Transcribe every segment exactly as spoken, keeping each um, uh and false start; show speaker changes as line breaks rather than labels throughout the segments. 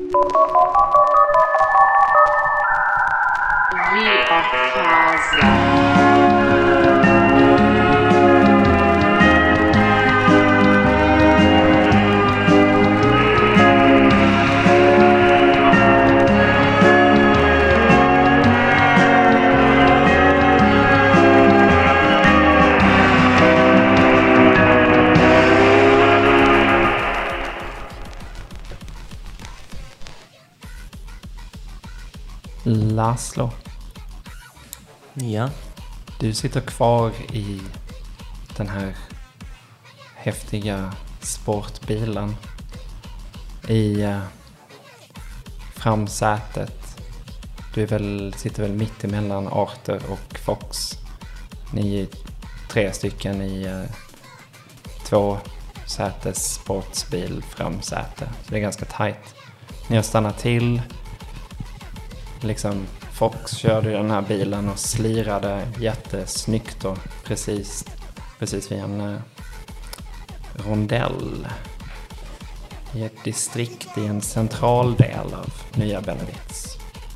Vi a casa.
Laszlo.
Ja.
Du sitter kvar i den här häftiga sportbilen i uh, framsätet. Du är väl, sitter väl mitt emellan Arthur och Fox. Ni är tre stycken i uh, två sätes sportsbil framsäte. Så det är ganska tajt. Ni har stannat till. Liksom Fox körde den här bilen och slirade jättesnyggt och precis, precis vid en uh, rondell i ett distrikt i en central del av Nya Benevitz.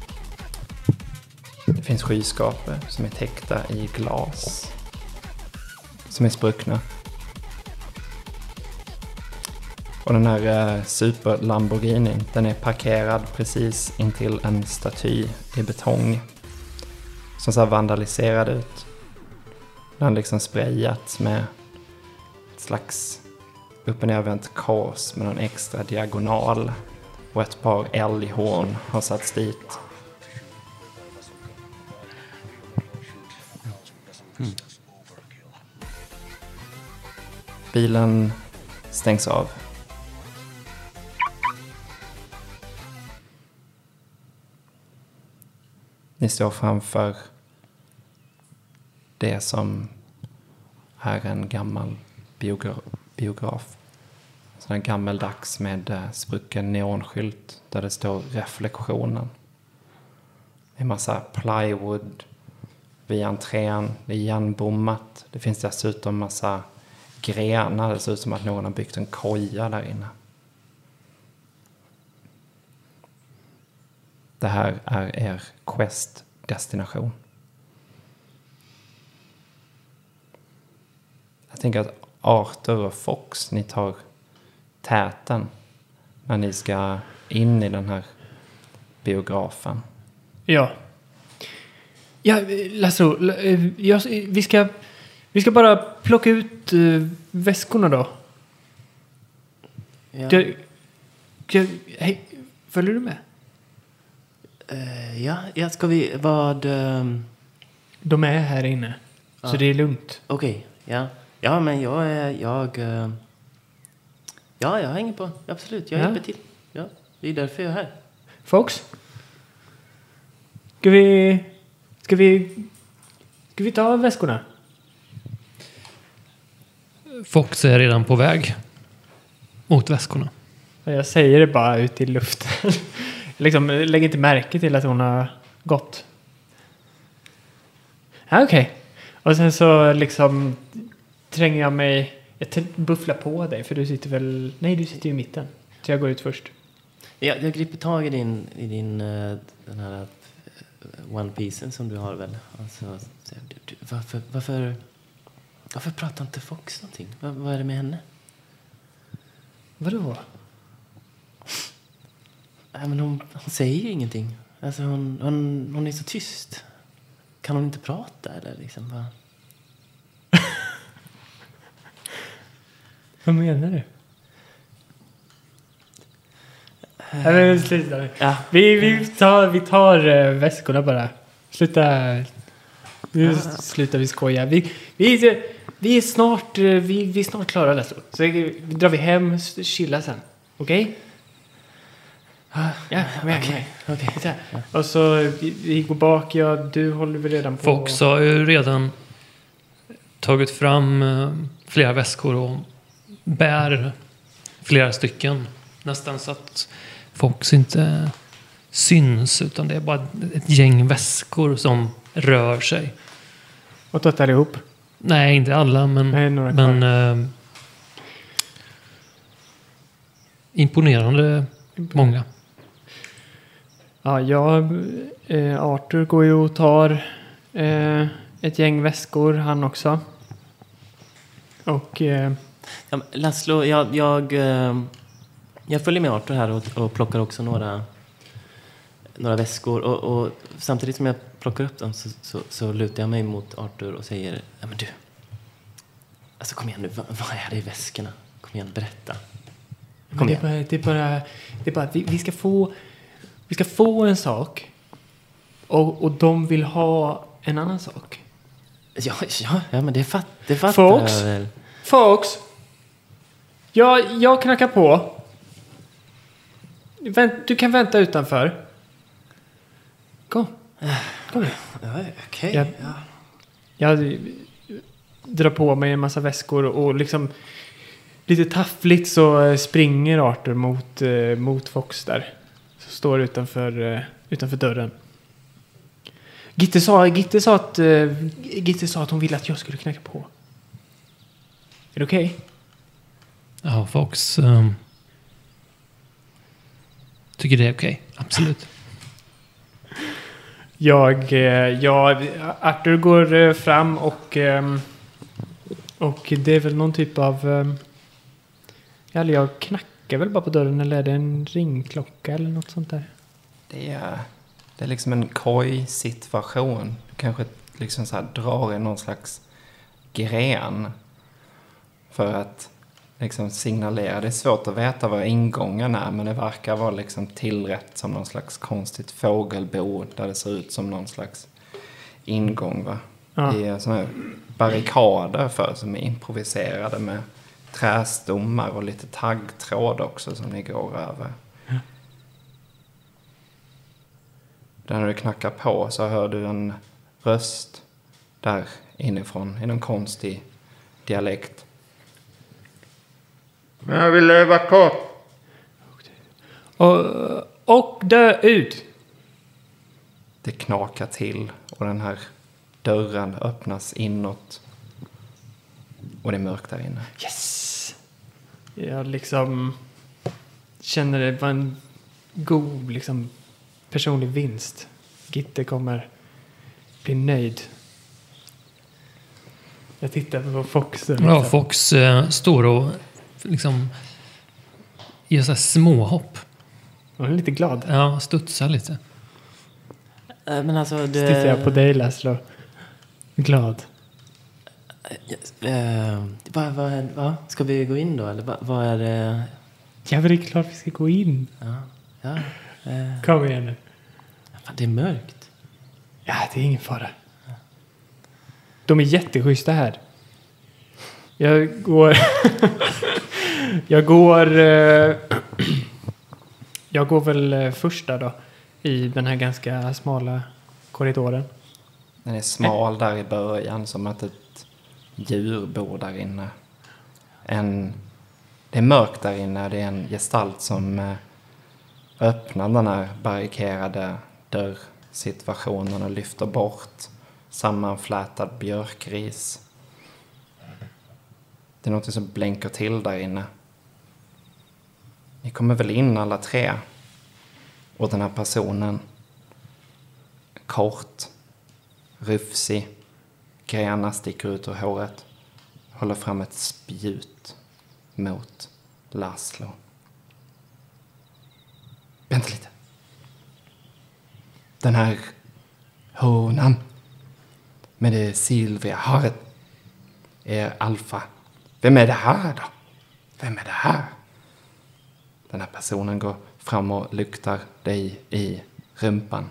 Det finns skyskrapor som är täckta i glas som är spruckna. Och den här uh, super Lamborghini, den är parkerad precis intill en staty i betong som ser vandaliserad ut. Den liksom sprayats med ett slags upp- och nervänt kors med en extra diagonal och ett par älghorn har satts dit. Mm. Bilen stängs av. Ni står framför det som är en gammal biogra- biograf. Så en gammeldags med uh, sprucken neonskylt där det står reflektionen. Det är en massa plywood vid entrén. Det är igenbommat. Det finns dessutom massa grenar. Det ser ut som att någon har byggt en koja där inne. Det här är er quest-destination. Jag tänker att Arthur och Fox, ni tar täten när ni ska in i den här biografen.
Ja. Ja, Lasso, jag, vi ska vi ska bara plocka ut uh, väskorna då.
Ja.
Jag, jag, hej, följer du med?
Uh, ja, ja, ska vi... Vad... Um...
De är här inne.
Ja.
Så det är lugnt.
Okej, okay, ja. Ja, men jag är... Jag, uh... Ja, jag hänger på. Absolut, jag
ja.
hjälper till. Ja, det är därför jag är här.
Fox? Ska vi... Ska vi... Ska vi ta väskorna?
Fox är redan på väg mot väskorna.
Jag säger det bara ut i luften. Liksom, lägg inte märke till att hon har gått. Ja, okej. Okay. Och sen så liksom tränger jag mig... Jag t- bufflar på dig, för du sitter väl... Nej, du sitter ju i mitten. Så jag går ut först.
Ja, jag griper tag i din... I din uh, den här uh, One Piecen som du har väl. Alltså, du, du, varför, varför... Varför pratar inte Fox någonting? Vad, vad är det med henne?
Vadå?
Nej, men hon, hon säger ju ingenting. Alltså hon, hon, hon är så tyst. Kan hon inte prata eller liksom bara...
Vad menar du? Uh, Eller sluta. Ja. Vi, vi tar, vi tar uh, väskorna bara. Sluta. Nu uh. slutar vi skoja. Vi, vi, vi är snart uh, vi, vi är snart klara där så. Så vi, vi drar vi hem, chilla sen. Okej? Okay? Uh, ja, okej. Okay. Okay. Okay. Ja. Och så vi, vi går bak. Ja, du håller väl redan på.
Fox har ju redan tagit fram uh, flera väskor och bär flera stycken. Nästan så att Fox inte syns, utan det är bara ett gäng väskor som rör sig.
Och tagit allihop?
Nej, inte alla, men,
Nej,
men äh, imponerande många.
Ja, jag, eh, Arthur går ju och tar eh, ett gäng väskor, han också. Och... Eh,
Ja, Laszlo, jag, jag, eh, jag följer med Arthur här och, och plockar också några, några väskor. Och, och samtidigt som jag plockar upp dem så, så, så lutar jag mig mot Arthur och säger: ja, men du, alltså kom igen nu, vad, vad är det i väskorna? Kom igen, berätta. Kom
det, är bara, det är bara, det är bara att vi, vi, ska få, vi ska få en sak och, och de vill ha en annan sak.
Ja, ja, ja men det, fatt, det fattar
Folks,
jag väl.
folks, jag, jag knackar på. Vänt, du kan vänta utanför. Kom. Kom.
Ja, okej.
Jag,
Ja.
jag drar på mig en massa väskor och liksom lite taffligt så springer Arthur mot, eh, mot Fox där. Så står utanför, eh, utanför dörren. Gitte sa, Gitte, sa att, eh, Gitte sa att hon ville att jag skulle knacka på. Är det okej? Okay?
Ja, Fox um, tycker det är okej. Okay. Absolut.
Jag, eh, jag, Arthur går eh, fram och, eh, och det är väl någon typ av... Eh, eller jag knackar väl bara på dörren, eller är det en ringklocka eller något sånt där?
Det är, det är liksom en koj-situation. Du kanske liksom så här drar i någon slags gren för att liksom signalera. Det är svårt att veta vad ingången är, men det verkar vara liksom tillrätt som någon slags konstigt fågelbo där det ser ut som någon slags ingång, va?
Ja.
Det är såna här barrikader för som är improviserade med trästommar och lite taggtråd också som ni går över.
Ja.
Där när du knackar på så hör du en röst där inifrån i någon konstig dialekt. Men jag vill leva kort.
Och, och dö ut.
Det knakar till och den här dörren öppnas inåt. Och det är mörkt där inne.
Yes! Jag liksom känner det var en god liksom, personlig vinst. Gitte kommer bli nöjd. Jag tittar på Fox.
Ja, Fox eh, står och liksom gör så här småhopp.
Jag är lite glad.
Ja, studsar lite.
Äh, men alltså, det...
Tittar jag på dig, Laszlo. Glad.
Uh, vad, vad, vad? Ska vi gå in då? Eller vad, vad är det?
Ja, men det är klart vi ska gå in.
Ja, ja. Uh,
Kom igen nu.
fan, det är mörkt.
Ja, det är ingen fara. De är jätteschyssta här. Jag går... jag går... eh, jag går väl eh, första då. I den här ganska smala korridoren.
Den är smal där i början som att ett djur bor där inne. En, det är mörkt där inne. Det är en gestalt som eh, öppnar den här barrikerade dörrsituationen och lyfter bort sammanflätad björkris. Det är något som blänker till där inne. Ni kommer väl in alla tre. Och den här personen, kort, rufsig, grenar sticker ut ur håret, håller fram ett spjut mot Laszlo. Vänta lite. Den här honan med det silvriga haret är alfa. Vem är det här då? Vem är det här? Den här personen går fram och luktar dig i rumpan.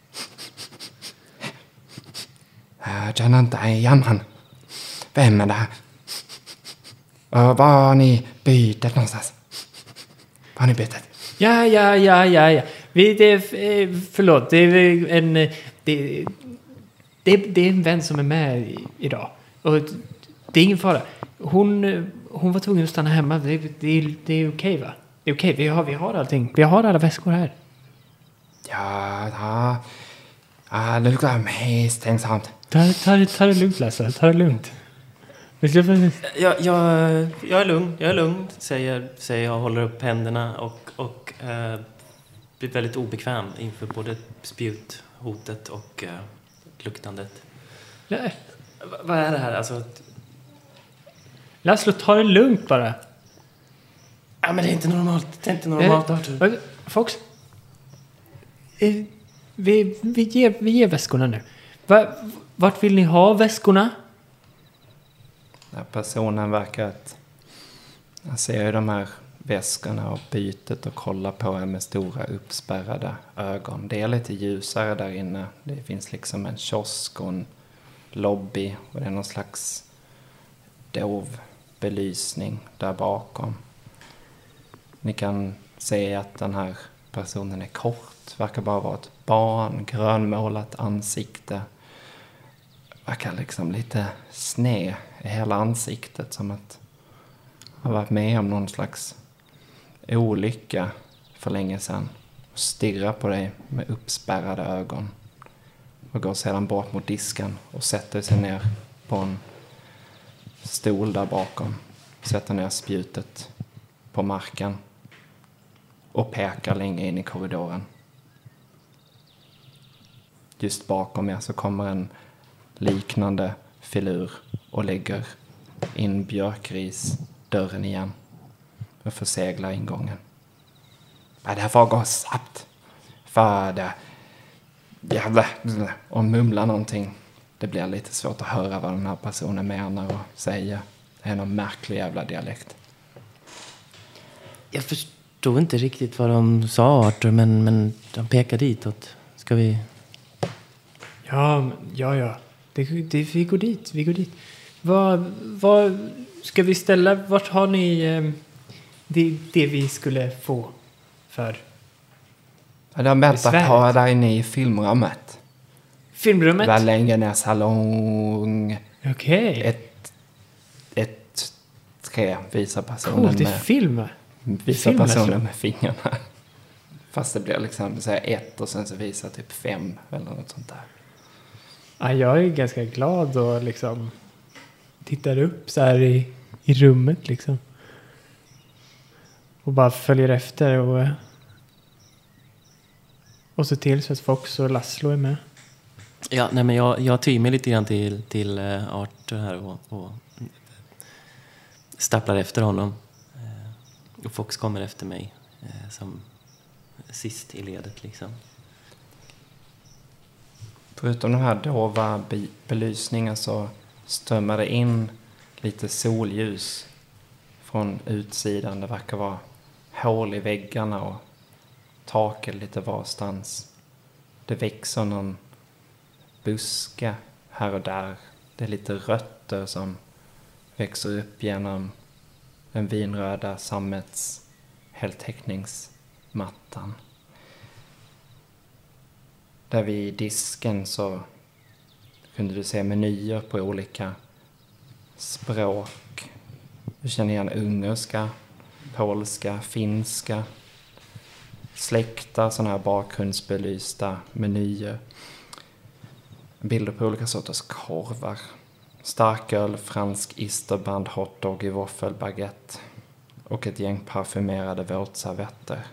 Jag känner inte igen han. Vem är det här? Och var har ni bytet någonstans? Var har ni bytet?
Ja, ja, ja, ja, ja. Vi, det, är- förlåt, det är en... Det, det, det är en vän som är med i- idag. Och det är ingen fara. Hon, hon var tvungen att stanna hemma. Det, det, det är okej, va? Det är okej, vi har, vi har allting. Vi har alla väskor här.
Ja, ja. Ja, det luktar misstänksamt.
Ta, ta, ta det lugnt, Lasse. Ta det lugnt. Vi ska få-
Jag, jag, jag är lugn, jag är lugn, säger, säger jag och håller upp händerna och, och eh, blivit väldigt obekväm inför både spjuthotet och uh, luktandet.
Nej.
V- vad är det här? Alltså,
Laszlo, ta det lugnt bara.
ja, men det är inte normalt. Det är inte normalt, Arthur.
Eh, Fox? Eh, vi, vi, ger, vi ger väskorna nu. Va, vart vill ni ha väskorna?
Den här personen verkar att... Jag ser ju de här väskorna och bytet och kollar på er med stora uppspärrade ögon. Det är lite ljusare där inne. Det finns liksom en kiosk och en lobby och det är någon slags dov belysning där bakom. Ni kan se att den här personen är kort, verkar bara vara ett barn, grönmålat ansikte. Verkar liksom lite sned i hela ansiktet, som att ha varit med om någon slags olycka för länge sedan. Och stirrar på dig med uppspärrade ögon. Och går sedan bort mot disken och sätter sig ner på en stol där bakom. Sätter ner spjutet på marken. Och pekar länge in i korridoren. Just bakom er så kommer en liknande filur och lägger in björkris dörren igen och förseglar ingången. Ja, det här får gå snabbt. För det jävla... Och mumlar någonting. Det blir lite svårt att höra vad den här personen menar och säger. Det är någon märklig jävla dialekt.
Jag förstod inte riktigt vad de sa, Arthur, men, men de pekar ditåt. Ska vi...
Ja, ja, ja. Det, det, vi går dit, vi går dit. Vad, vad ska vi ställa? Vart har ni eh, det, det vi skulle få för?
Ja, de väntar
Besvär.
på där inne i filmrummet.
Filmrummet?
Där längre ner salong.
Okej.
Ett, ett, tre visar personen
Coolt, det är
med,
film.
visar
film,
personen
alltså.
med fingrarna. Fast det blir liksom så här ett och sen så visar typ fem eller något sånt där.
Ja, jag är ganska glad och liksom tittar upp så här i, i rummet liksom. Och bara följer efter och och så till så att Fox och Laszlo är med.
Ja, nej, men jag, jag tyr mig lite grann till, till uh, Arthur här och, och stapplar efter honom. Uh, och Fox kommer efter mig uh, som sist i ledet liksom.
Förutom den här dova be- belysningen så strömmar det in lite solljus från utsidan. Det verkar vara hål i väggarna och taket lite varstans. Det växer någon buske här och där. Det är lite rötter som växer upp genom den vinröda sammets heltäckningsmattan. Där vid disken så kunde du se menyer på olika språk. Du känner igen ungerska, polska, finska. Släkta, sådana här bakgrundsbelysta menyer. Bilder på olika sorters korvar. Starköl, fransk isterband, hotdog i våffelbaguette. Och ett gäng parfymerade våtservetter.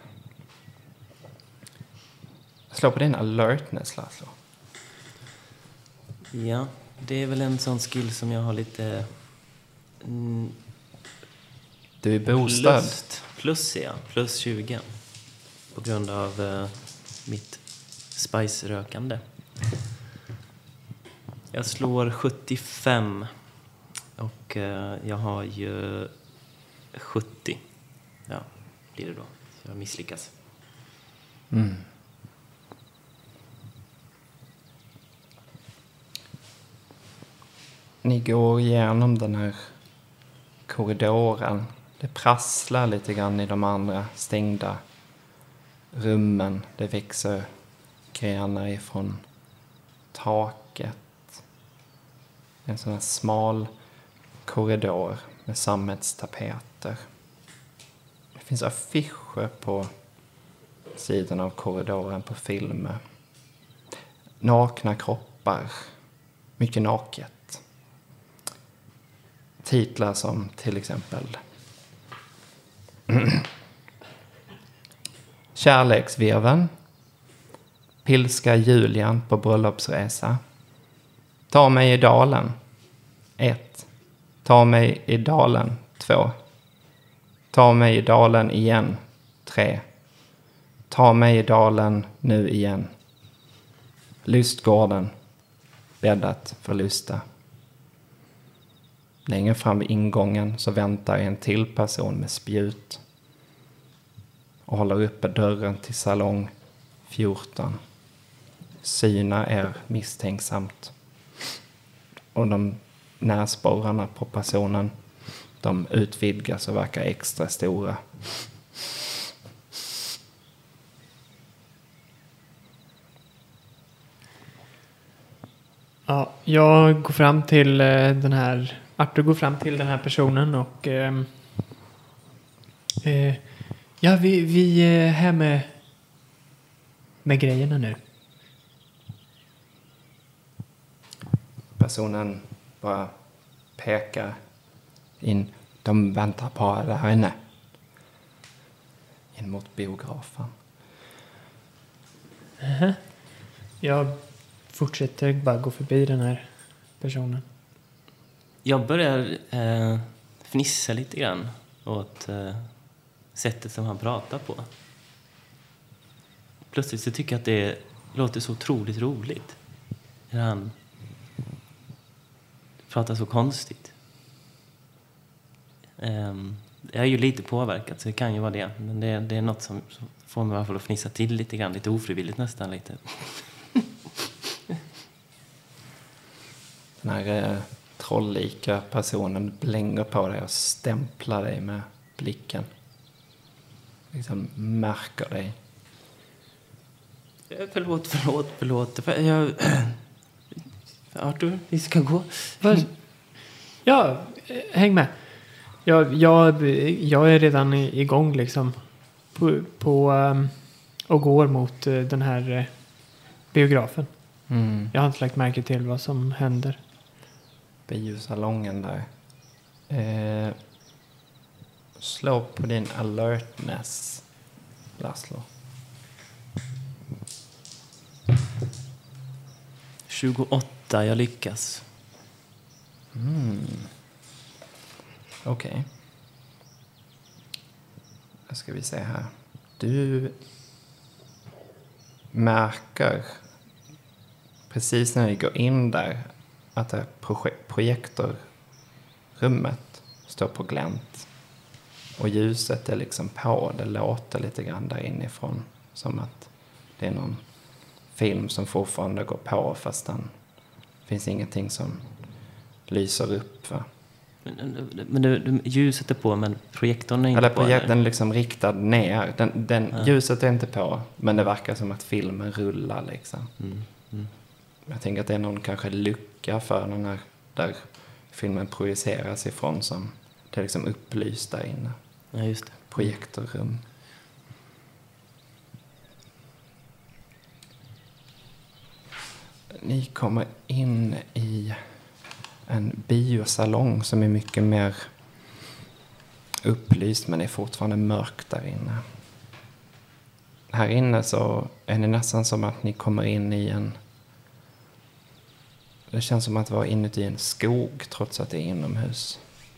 Slå på din alertness, Laszlo.
Ja, det är väl en sån skill som jag har lite... Mm,
Du är boostad.
Plus, plus ja, plus tjugo. På grund av uh, mitt spice-rökande. Jag slår sjuttiofem. Och uh, jag har ju sjuttio. Ja, blir det då. Så jag misslyckas.
Mm. Ni går igenom den här korridoren. Det prasslar lite grann i de andra stängda rummen. Det växer grenar ifrån taket. En sån här smal korridor med sammetstapeter. Det finns affischer på sidan av korridoren på filmer. Nakna kroppar. Mycket naket. Titlar som till exempel Kärleksvirveln. Pilska Julian på bröllopsresa. Ta mig i dalen. ett. Ta mig i dalen. två. Ta mig i dalen igen. tre. Ta mig i dalen nu igen. Lystgården. Bäddat för lusta. Längre fram vid ingången så väntar en till person med spjut. Och håller uppe dörren till salong fjorton. Synar är misstänksamt. Och de näsborrarna på personen, de utvidgas och verkar extra stora.
Ja, jag går fram till eh, den här... Arthur går fram till den här personen och... Eh, eh, ja, vi, vi är här med... Med grejerna nu.
Personen bara pekar in. De väntar på det här inne. In mot biografen.
Uh-huh. Jag fortsätter bara gå förbi den här personen.
Jag börjar eh, fnissa lite grann åt eh, sättet som han pratar på. Plötsligt så tycker jag att det låter så otroligt roligt. När han pratar så konstigt. Um, jag är ju lite påverkad så det kan ju vara det. Men det, det är något som, som får mig i alla fall att fnissa till lite grann. Lite ofrivilligt nästan lite.
Den här eh, trolllika personen blänger på dig och stämplar dig med blicken. Liksom märker dig.
Förlåt, förlåt, förlåt. Jag... Arthur, vi ska gå.
Ja, häng med. Jag, jag, jag är redan igång liksom. På, på, um, och går mot uh, den här uh, biografen.
Mm.
Jag har inte lagt märke till vad som händer.
Biosalongen där. Eh, slå på din alertness, Laszlo.
tjugoåtta, jag lyckas.
Mm. Okej. Okay. Då ska vi se här. Du märker precis när vi går in där att det proje- projektorrummet står på glänt. Och ljuset är liksom på. Det låter lite grann där inifrån. Som att det är någon film som fortfarande går på fast det finns ingenting som lyser upp, va?
Men, men det, ljuset är på, men projektorn är inte
eller
på.
Eller projektorn
eller?
är liksom riktad ner. Den, den,
Ja.
Ljuset är inte på, men det verkar som att filmen rullar liksom.
Mm, mm.
Jag tänker att det är någon kanske lucka för den här, där filmen projiceras ifrån som det är liksom upplyst där inne.
Ja, just det.
Projektorrum. Ni kommer in i en biosalong som är mycket mer upplyst, men det är fortfarande mörkt där inne. Här inne så är det nästan som att ni kommer in i en... Det känns som att vara inuti en skog trots att det är inomhus.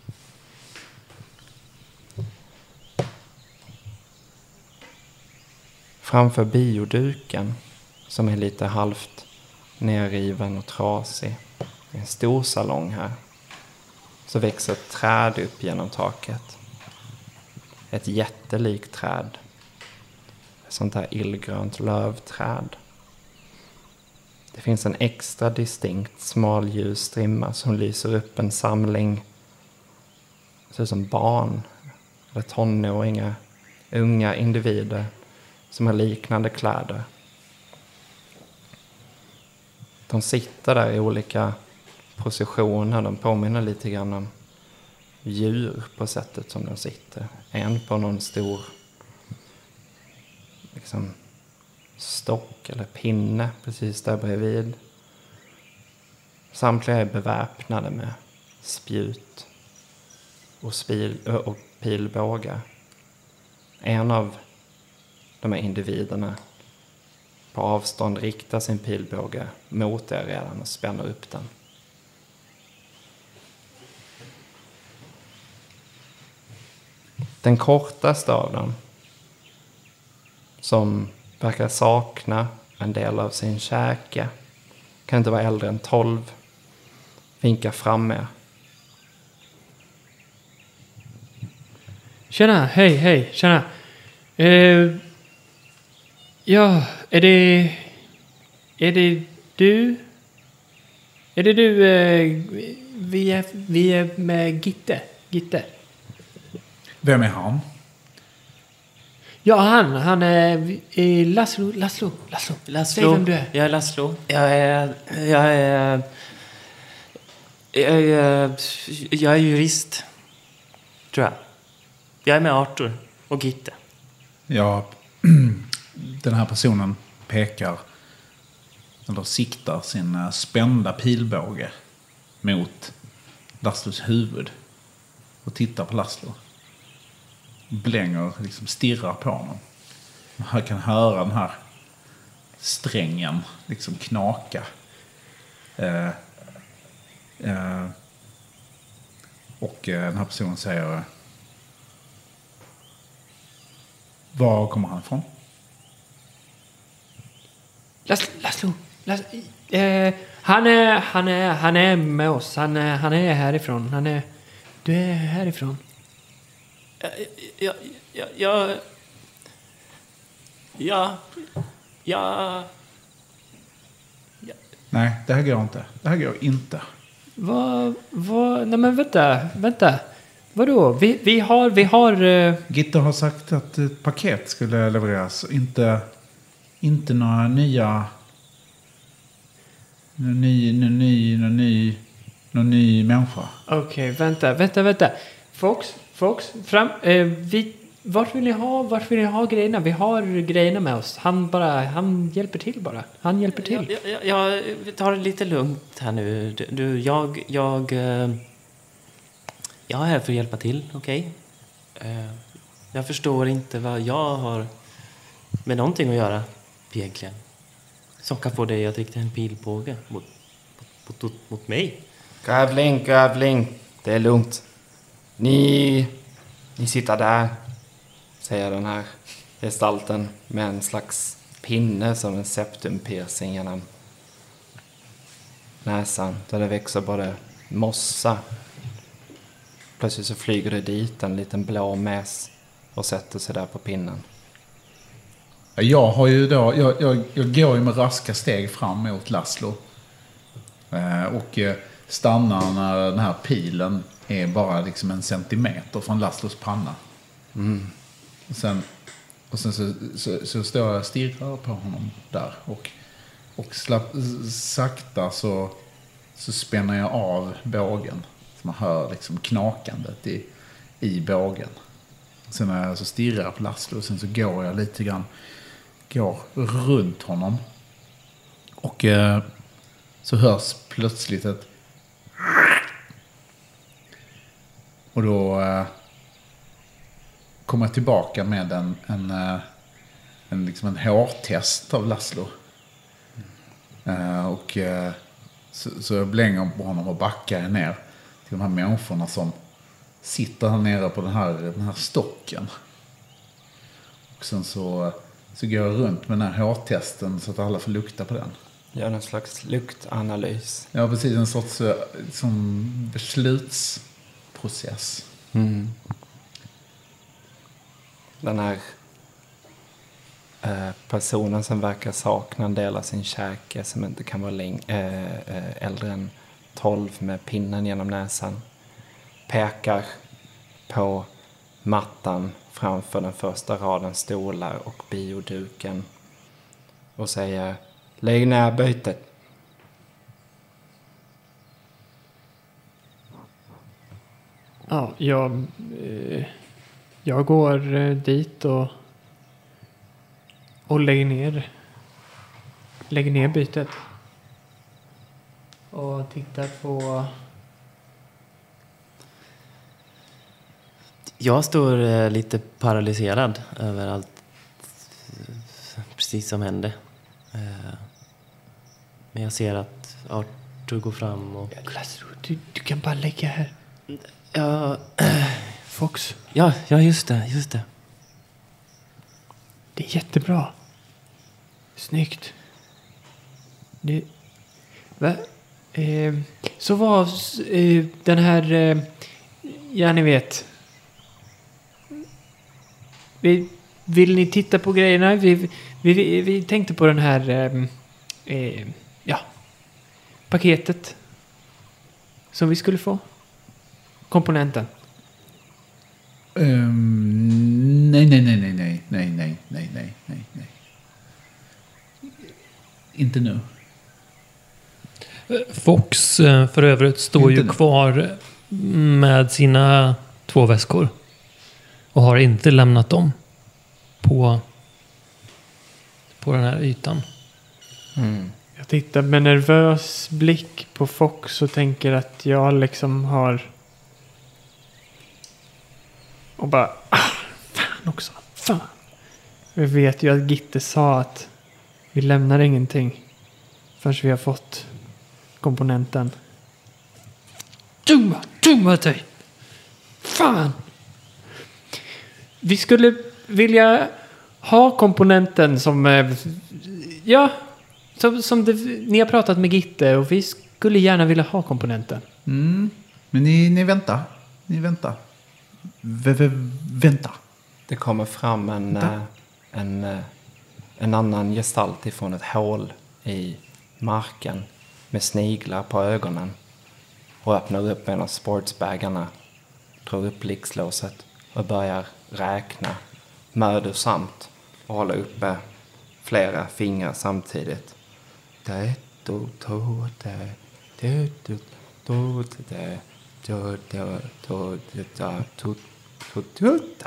Framför bioduken, som är lite halvt nerriven och trasig, det är en stor salong här, så växer ett träd upp genom taket. Ett jättelikt träd. Ett sånt här illgrönt lövträd. Det finns en extra distinkt smal ljusstrimma som lyser upp en samling, ser ut som barn eller tonåringar, unga individer som har liknande kläder. De sitter där i olika positioner. De påminner lite grann om djur på sättet som de sitter. En på någon stor liksom, stock eller pinne precis där bredvid. Samtliga är beväpnade med spjut och, spil, och pilbågar. En av de här individerna på avstånd riktar sin pilbåge mot er redan och spänner upp den. Den kortaste av dem, som verkar sakna en del av sin käke, kan inte vara äldre än tolv, vinkar fram med.
Tjena, hej, hej, tjena. Uh, ja, är det... Är det du? Är det du... Uh, vi, är, vi är med Gitte. Gitte.
Vem är han?
Ja, han. Han är... är Laszlo, Laszlo, Laszlo.
Laszlo.
Säg vem du är.
Jag är Laszlo. Jag är... Jag är... Jag är, jag är jurist, tror jag. Jag är med Arthur och Gitte.
Ja, den här personen pekar eller siktar sin spända pilbåge mot Laszlos huvud och tittar på Laszlo. Blänger, liksom stirrar på honom. Man kan höra den här strängen liksom knaka. Eh, eh, och eh, den här personen säger: var kommer han ifrån?
Laszlo, Laszlo, Laszlo eh, han är, han är, han är med oss. Han är, han är härifrån. Han är, du är härifrån.
Ja, ja, ja, ja, ja, ja.
Nej, det här går inte. Det här går inte.
Vad, vad, nej men vänta, vänta. Vadå? Vi, vi har, vi har... Uh...
Gitte har sagt att ett paket skulle levereras. Inte, inte några nya... Någon ny, någon ny, någon ny, någon ny människa.
Okej, okay, vänta, vänta, vänta. Fox, Fox, fram. Uh, vi, vart vill ni ha, vart vill ni ha grejerna? Vi har grejerna med oss. Han bara, han hjälper till bara. Han hjälper till.
Ja, ja, ja, vi tar det lite lugnt här nu. Du, jag, jag... Uh... Jag är här för att hjälpa till, okej? Okay? Uh, jag förstår inte vad jag har med någonting att göra egentligen. Som kan få dig att rikta en pilbåge mot, mot, mot, mot mig.
Grävling, grävling. Det är lugnt. Ni, ni sitter där, säger den här gestalten med en slags pinne som en septumpiercing genom näsan. Där det växer både mossa. Plötsligt så flyger det dit en liten blå mes och sätter sig där på pinnen.
Jag har ju då, jag, jag, jag går ju med raska steg fram mot Laszlo. Eh, och stannar när den här pilen är bara liksom en centimeter från Laszlos panna.
Mm.
Och sen, och sen så, så, så står jag och stirrar på honom där. Och, och slapp, sakta så, så spänner jag av bågen. Man hör liksom knakandet i, i bågen. Sen när jag så stirrar på Laszlo och sen så går jag lite grann går runt honom. Och eh, så hörs plötsligt ett och då eh, kommer jag tillbaka med en en, en, en, liksom en hårtest av Laszlo. Eh, och eh, så, så jag blänger på honom och backar ner till de här människorna som sitter här nere på den här, den här stocken. Och sen så, så går jag runt med den här hårtesten så att alla får lukta på den.
Gör en slags luktanalys.
Ja, precis. En sorts som beslutsprocess.
Mm. Den här eh, personen som verkar sakna en del av sin käke, som inte kan vara läng- eh, eh, äldre än tolv med pinnen genom näsan, pekar på mattan framför den första raden stolar och bioduken och säger: lägg ner bytet.
Ja, jag, eh, jag går eh, dit och, och lägger ner, lägger ner bytet. Och tittar på...
Jag står eh, lite paralyserad över allt precis som hände. Eh, men jag ser att Arthur går fram och...
Laszlo, du, du kan bara lägga här.
Ja,
Fox,
ja, ja, just det, just det.
det är jättebra. Snyggt. Det... Va? Eh, så var eh, den här... Eh, ja, ni vet. Vi, vill ni titta på grejerna? Vi, vi, vi, vi tänkte på den här... Eh, eh, ja. Paketet. Som vi skulle få. Komponenten.
Um, nej, nej, nej, nej, nej, nej, nej, nej, nej, nej, nej. Inte nu.
Fox eh, för övrigt står
Inte
ju
nu.
kvar med sina två väskor. Och har inte lämnat dem på, på den här ytan.
Mm.
Jag tittar med nervös blick på Fox och tänker att jag liksom har... Och bara... Ah, fan också. Fan. Vi vet ju att Gitte sa att vi lämnar ingenting förrän vi har fått komponenten. Dumma, dumma dig. Fan. Vi skulle vilja ha komponenten som... eh, Ja... Som, som det, ni har pratat med Gitte och vi skulle gärna vilja ha komponenten.
Mm. Men ni, ni väntar. Ni väntar. V- v- vänta.
Det kommer fram en,
Vänta.
eh, en, eh, en annan gestalt ifrån ett hål i marken med sniglar på ögonen och öppnar upp en av sportsbägarna, drar upp blixtlåset och börjar räkna mödosamt och hålla uppe flera fingrar samtidigt. Det, do, do, det, det, do, do, det, do, do, do, det, da, do, do, do, da.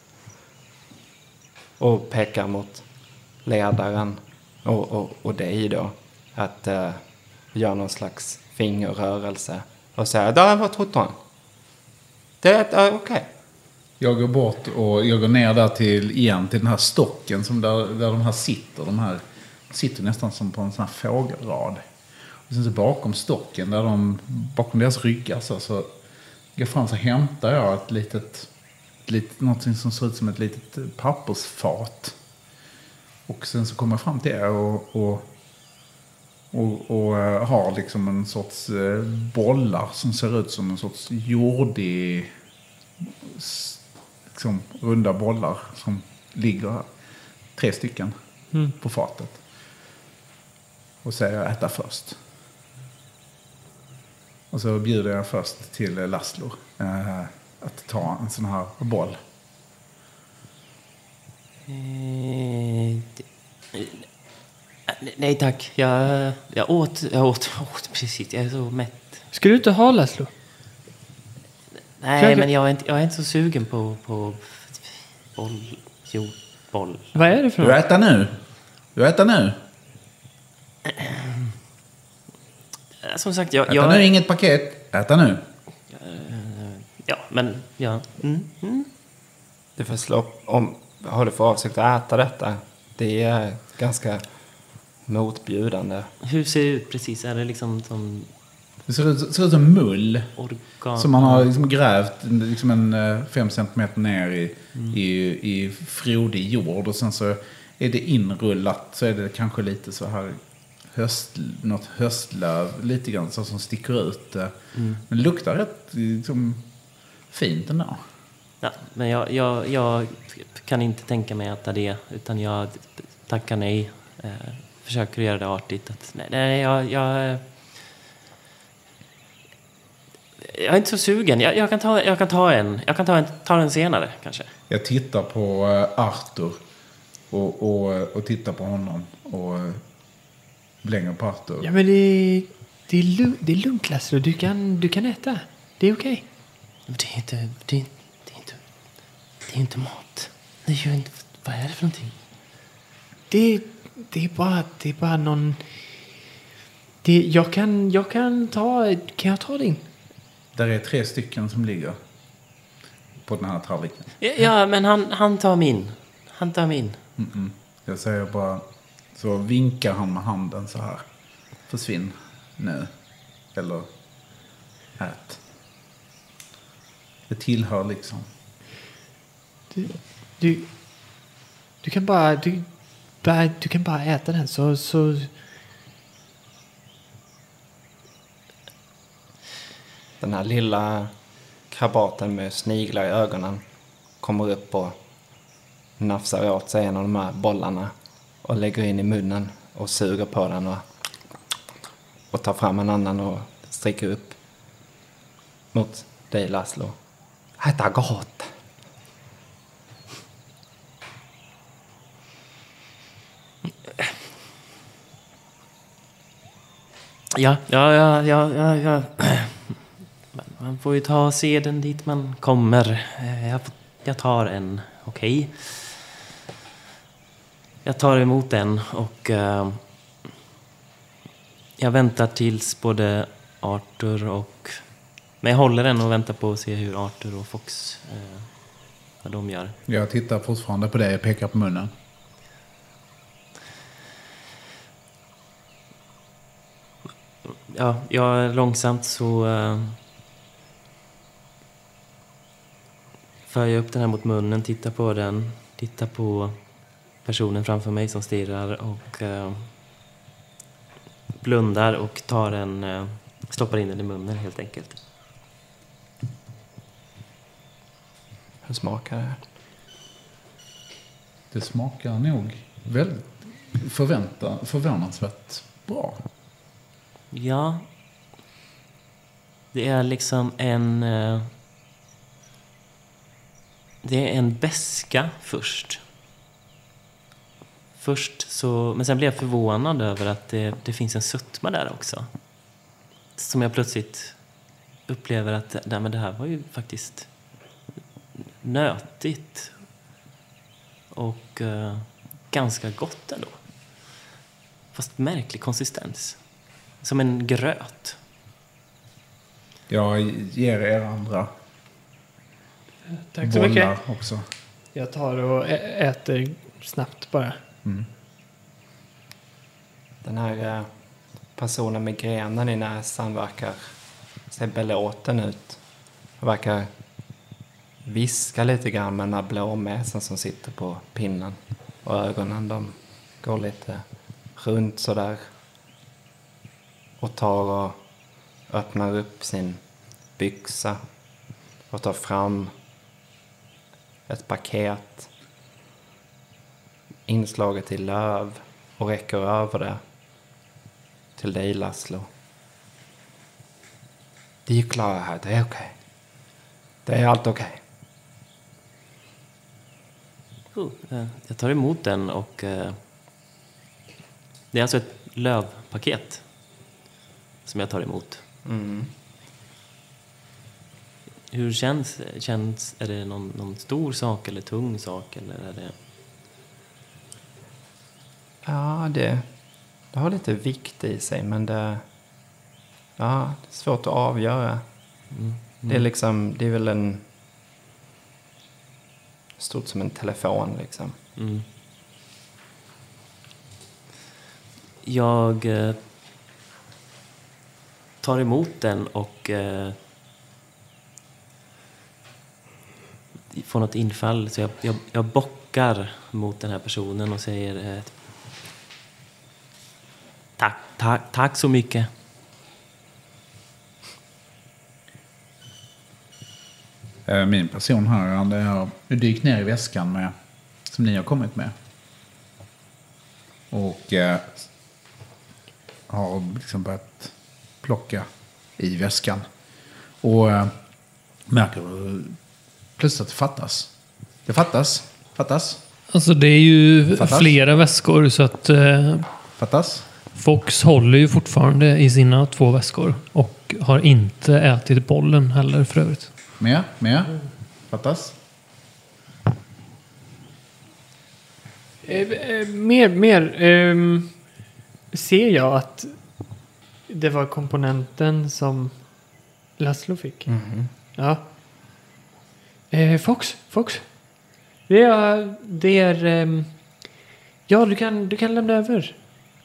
Och pekar mot ledaren och, och, och dig då att uh, göra någon slags fingerrörelse och säga, där var tretton. Det är uh, okej. Okay.
Jag går bort och jag går ner där till, igen till den här stocken som där, där de här sitter. De här sitter nästan som på en sån här fågelrad. Och sen så bakom stocken, där de, bakom deras ryggar så, så går jag fram så hämtar jag ett litet, ett litet, något som ser ut som ett litet pappersfat. Och sen så kommer jag fram till er och, och, och, och har liksom en sorts bollar som ser ut som en sorts jordig... Liksom runda bollar som ligger här. Tre stycken
Mm.
på fatet. Och säger äta först. Och så bjuder jag först till Laszlo eh, att ta en sån här boll.
Eh, det- nej tack, jag, jag, åt, jag, åt, jag åt precis, jag är så mätt.
Ska du inte ha Laszlo?
Nej,
Försöker-
men jag är, inte, jag är inte så sugen på, på boll, jo, boll.
Vad är det för
Du
något?
äter nu. Du äter nu.
Som sagt, jag...
Äta
jag
nu, inget paket. Äta nu.
ja, men... Ja. Mm, mm.
Du får slå upp, om har du för avsikt att äta detta. Det är ganska motbjudande.
Hur ser det ut precis? Är det liksom som
Det ser ut, ser ut som mull.
organ?
Som man har liksom grävt liksom en eh, fem centimeter ner i,
Mm.
i, i frodig jord. Och sen så är det inrullat. Så är det kanske lite så här höst, något höstlöv. Lite grann så som sticker ut. eh.
Mm.
Men det luktar rätt liksom, fint ändå.
Ja, men jag, jag, jag kan inte tänka mig att äta det. Utan jag tackar nej. Eh, försöker göra det artigt. Att, nej, nej, jag... jag Jag är inte så sugen. Jag, jag kan ta, jag kan ta en. Jag kan ta en, ta den senare kanske.
Jag tittar på eh, Arthur. Och, och, och tittar på honom. Och eh, blänger på Arthur.
Ja, men det, det, är, lu- det är lugnt Laszlo. Du kan, du kan äta. Det är okej.
Men det är inte, det är, det är inte, det är inte mat. Det är ju inte, vad är det för någonting?
Det, det är bara, det är bara någon... Det, jag kan, jag kan ta, kan jag ta din?
Där är tre stycken som ligger på den här tallriken.
Ja, ja men han, han tar min. Han tar min.
Mm-mm. Jag säger bara, så vinkar han med handen så här. Försvinn nu. Eller ät. Det tillhör liksom.
Du, du, du kan bara du, bara... du kan bara äta den så... så...
Den här lilla krabaten med sniglar i ögonen kommer upp och nafsar åt sig en av de här bollarna och lägger in i munnen och suger på den och, och tar fram en annan och sträcker upp mot dig, Laszlo. Äta gott!
Ja, ja, ja, ja, ja, ja. Man får ju ta seden dit man kommer. Jag, jag tar en, okej. Okay. Jag tar emot den och uh, jag väntar tills både Arthur och... Men jag håller den och väntar på att se hur Arthur och Fox, uh, vad de gör.
Jag tittar fortfarande på det och pekar på munnen.
Ja, jag långsamt så... Uh, för jag upp den här mot munnen, tittar på den, tittar på personen framför mig som stirrar och uh, blundar och tar en, uh, stoppar in den i munnen helt enkelt.
Hur smakar det?
Det smakar nog väldigt förvänta, förvånansvärt bra.
Ja, det är liksom en... Uh, det är en beska först. Först så... Men sen blev jag förvånad över att det, det finns en sötma där också. Som jag plötsligt upplever att nej, men det här var ju faktiskt nötigt. Och uh, ganska gott ändå. Fast märklig konsistens. Som en gröt.
Jag ger er andra
Tack så mycket.
Också.
Jag tar och ä- äter snabbt bara.
Mm.
Den här eh, personen med grenen i näsan verkar se belåten ut. Han verkar viska lite grann med den här blåmäsen som sitter på pinnen. Och ögonen, de går lite runt sådär. Och tar och öppnar upp sin byxa. Och tar fram ett paket inslaget i löv och räcker över det till dig, Laszlo. Vi är klara här, det är okej. Okay. Det är allt okej.
Okay. Oh, jag tar emot den och uh, det är alltså ett lövpaket som jag tar emot.
Mm.
Hur känns, känns är det någon, någon stor sak eller tung sak eller är det...
Ja, det, det har lite vikt i sig, men det, ja, det är svårt att avgöra.
Mm. Mm.
Det är liksom, det är väl en stort som en telefon liksom.
Mm. Jag eh, tar emot den och eh, får något infall så jag, jag, jag bockar mot den här personen och säger eh, tack, tack, tack så mycket.
Min person här, han har dykt ner i väskan med, som ni har kommit med. Och eh, har liksom börjat plocka i väskan. Och eh, märker plötsligt att det fattas. Det fattas. Fattas.
Alltså det är ju
Fattas.
flera väskor så att eh,
Fattas.
Fox håller ju fortfarande i sina två väskor och har inte ätit bollen heller för övrigt.
Mer, mer. Fattas.
Eh, eh, mer, mer. ehm, ser jag att det var komponenten som Laszlo fick?
Mm.
Ja. Eh, Fox, Fox. Det är, det är, ehm, Ja, du kan, du kan lämna över.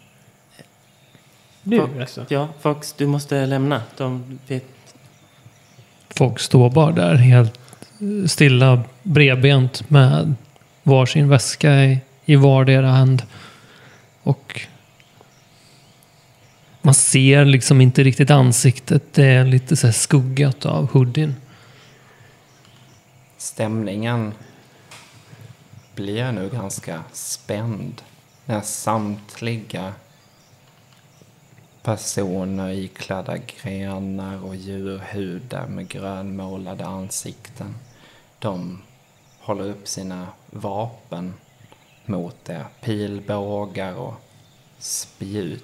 Nu
Fox,
alltså.
Ja, Fox, du måste lämna. De vet...
Folk står bara där helt stilla, bredbent med varsin väska i, i vardera hand. Och man ser liksom inte riktigt ansiktet. Det är lite så här skuggat av hoodien.
Stämningen blir nu ganska spänd när samtliga personer iklädda grenar och djurhudar med grönmålade ansikten, de håller upp sina vapen mot det. Pilbågar och spjut.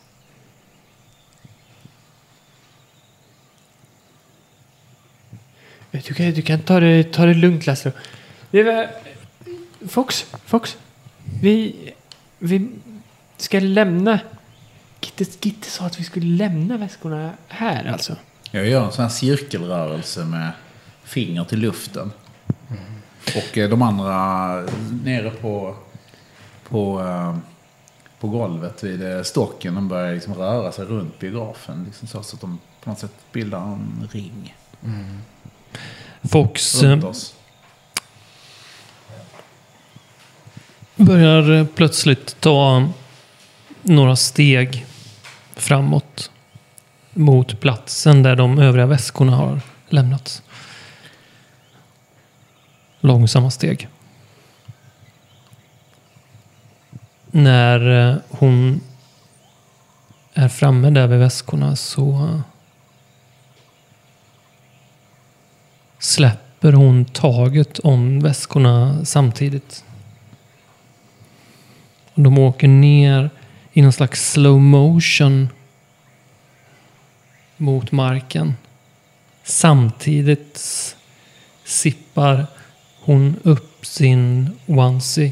Du kan, du kan ta, det, ta det lugnt, Laszlo. Det var... Fox, Fox. Vi, vi ska lämna... Gitte, Gitte sa att vi skulle lämna väskorna här, alltså.
Jag gör en sån här cirkelrörelse med finger till luften. Mm. Och eh, de andra nere på, på, eh, på golvet vid eh, stocken, de börjar liksom röra sig runt biografen. Liksom så, så att de på något sätt bildar en ring.
Mm.
Fox
Runt oss.
börjar plötsligt ta några steg framåt mot platsen där de övriga väskorna har lämnats. Långsamma steg. När hon är framme där vid väskorna så släpper hon taget om väskorna samtidigt. De åker ner i någon slags slow motion mot marken. Samtidigt sippar hon upp sin onesie.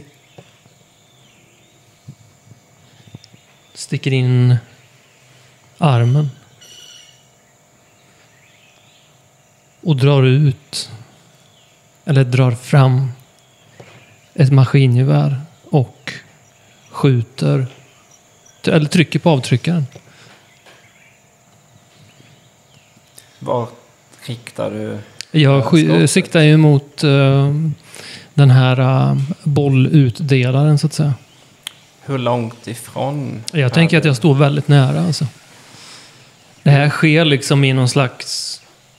Sticker in armen. Och drar ut, eller drar fram ett maskingevär och skjuter, eller trycker på avtryckaren.
Var riktar du?
Jag sk- siktar ju mot uh, den här uh, bollutdelaren så att säga.
Hur långt ifrån?
Jag tänker att jag står väldigt nära alltså. Det här sker liksom i någon slags...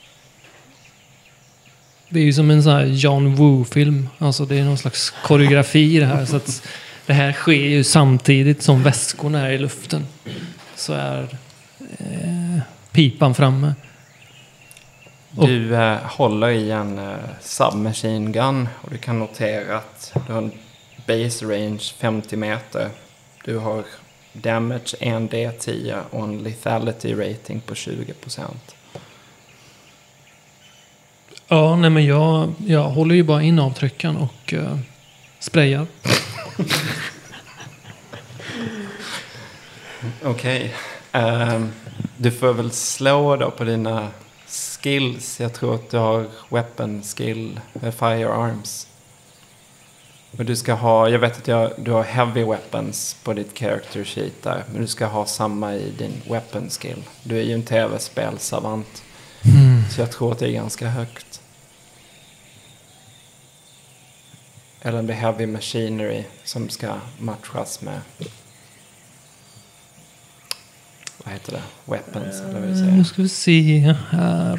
Det är ju som en sån här John Woo-film. Alltså det är någon slags koreografi i det här. Så att det här sker ju samtidigt som väskorna är i luften. Så är eh, pipan framme.
Du eh, håller i en eh, submachine gun och du kan notera att du har en base range femtio meter. Du har damage en D tio och en lethality rating på tjugo procent.
Ja, nej men jag, jag håller ju bara in avtryckaren och uh, sprayar.
Okej. Okay. Um, du får väl slå då på dina skills. Jag tror att du har weapon skill, uh, firearms. Men du ska ha, jag vet att jag, du har heavy weapons på ditt character sheet där. Men du ska ha samma i din weapon skill. Du är ju en tv-spelsavant.
Mm.
Så jag tror att det är ganska högt. Eller om det är heavy machinery som ska matchas med, vad heter det? Weapons, eller vad vi säger.
Nu ska vi se här.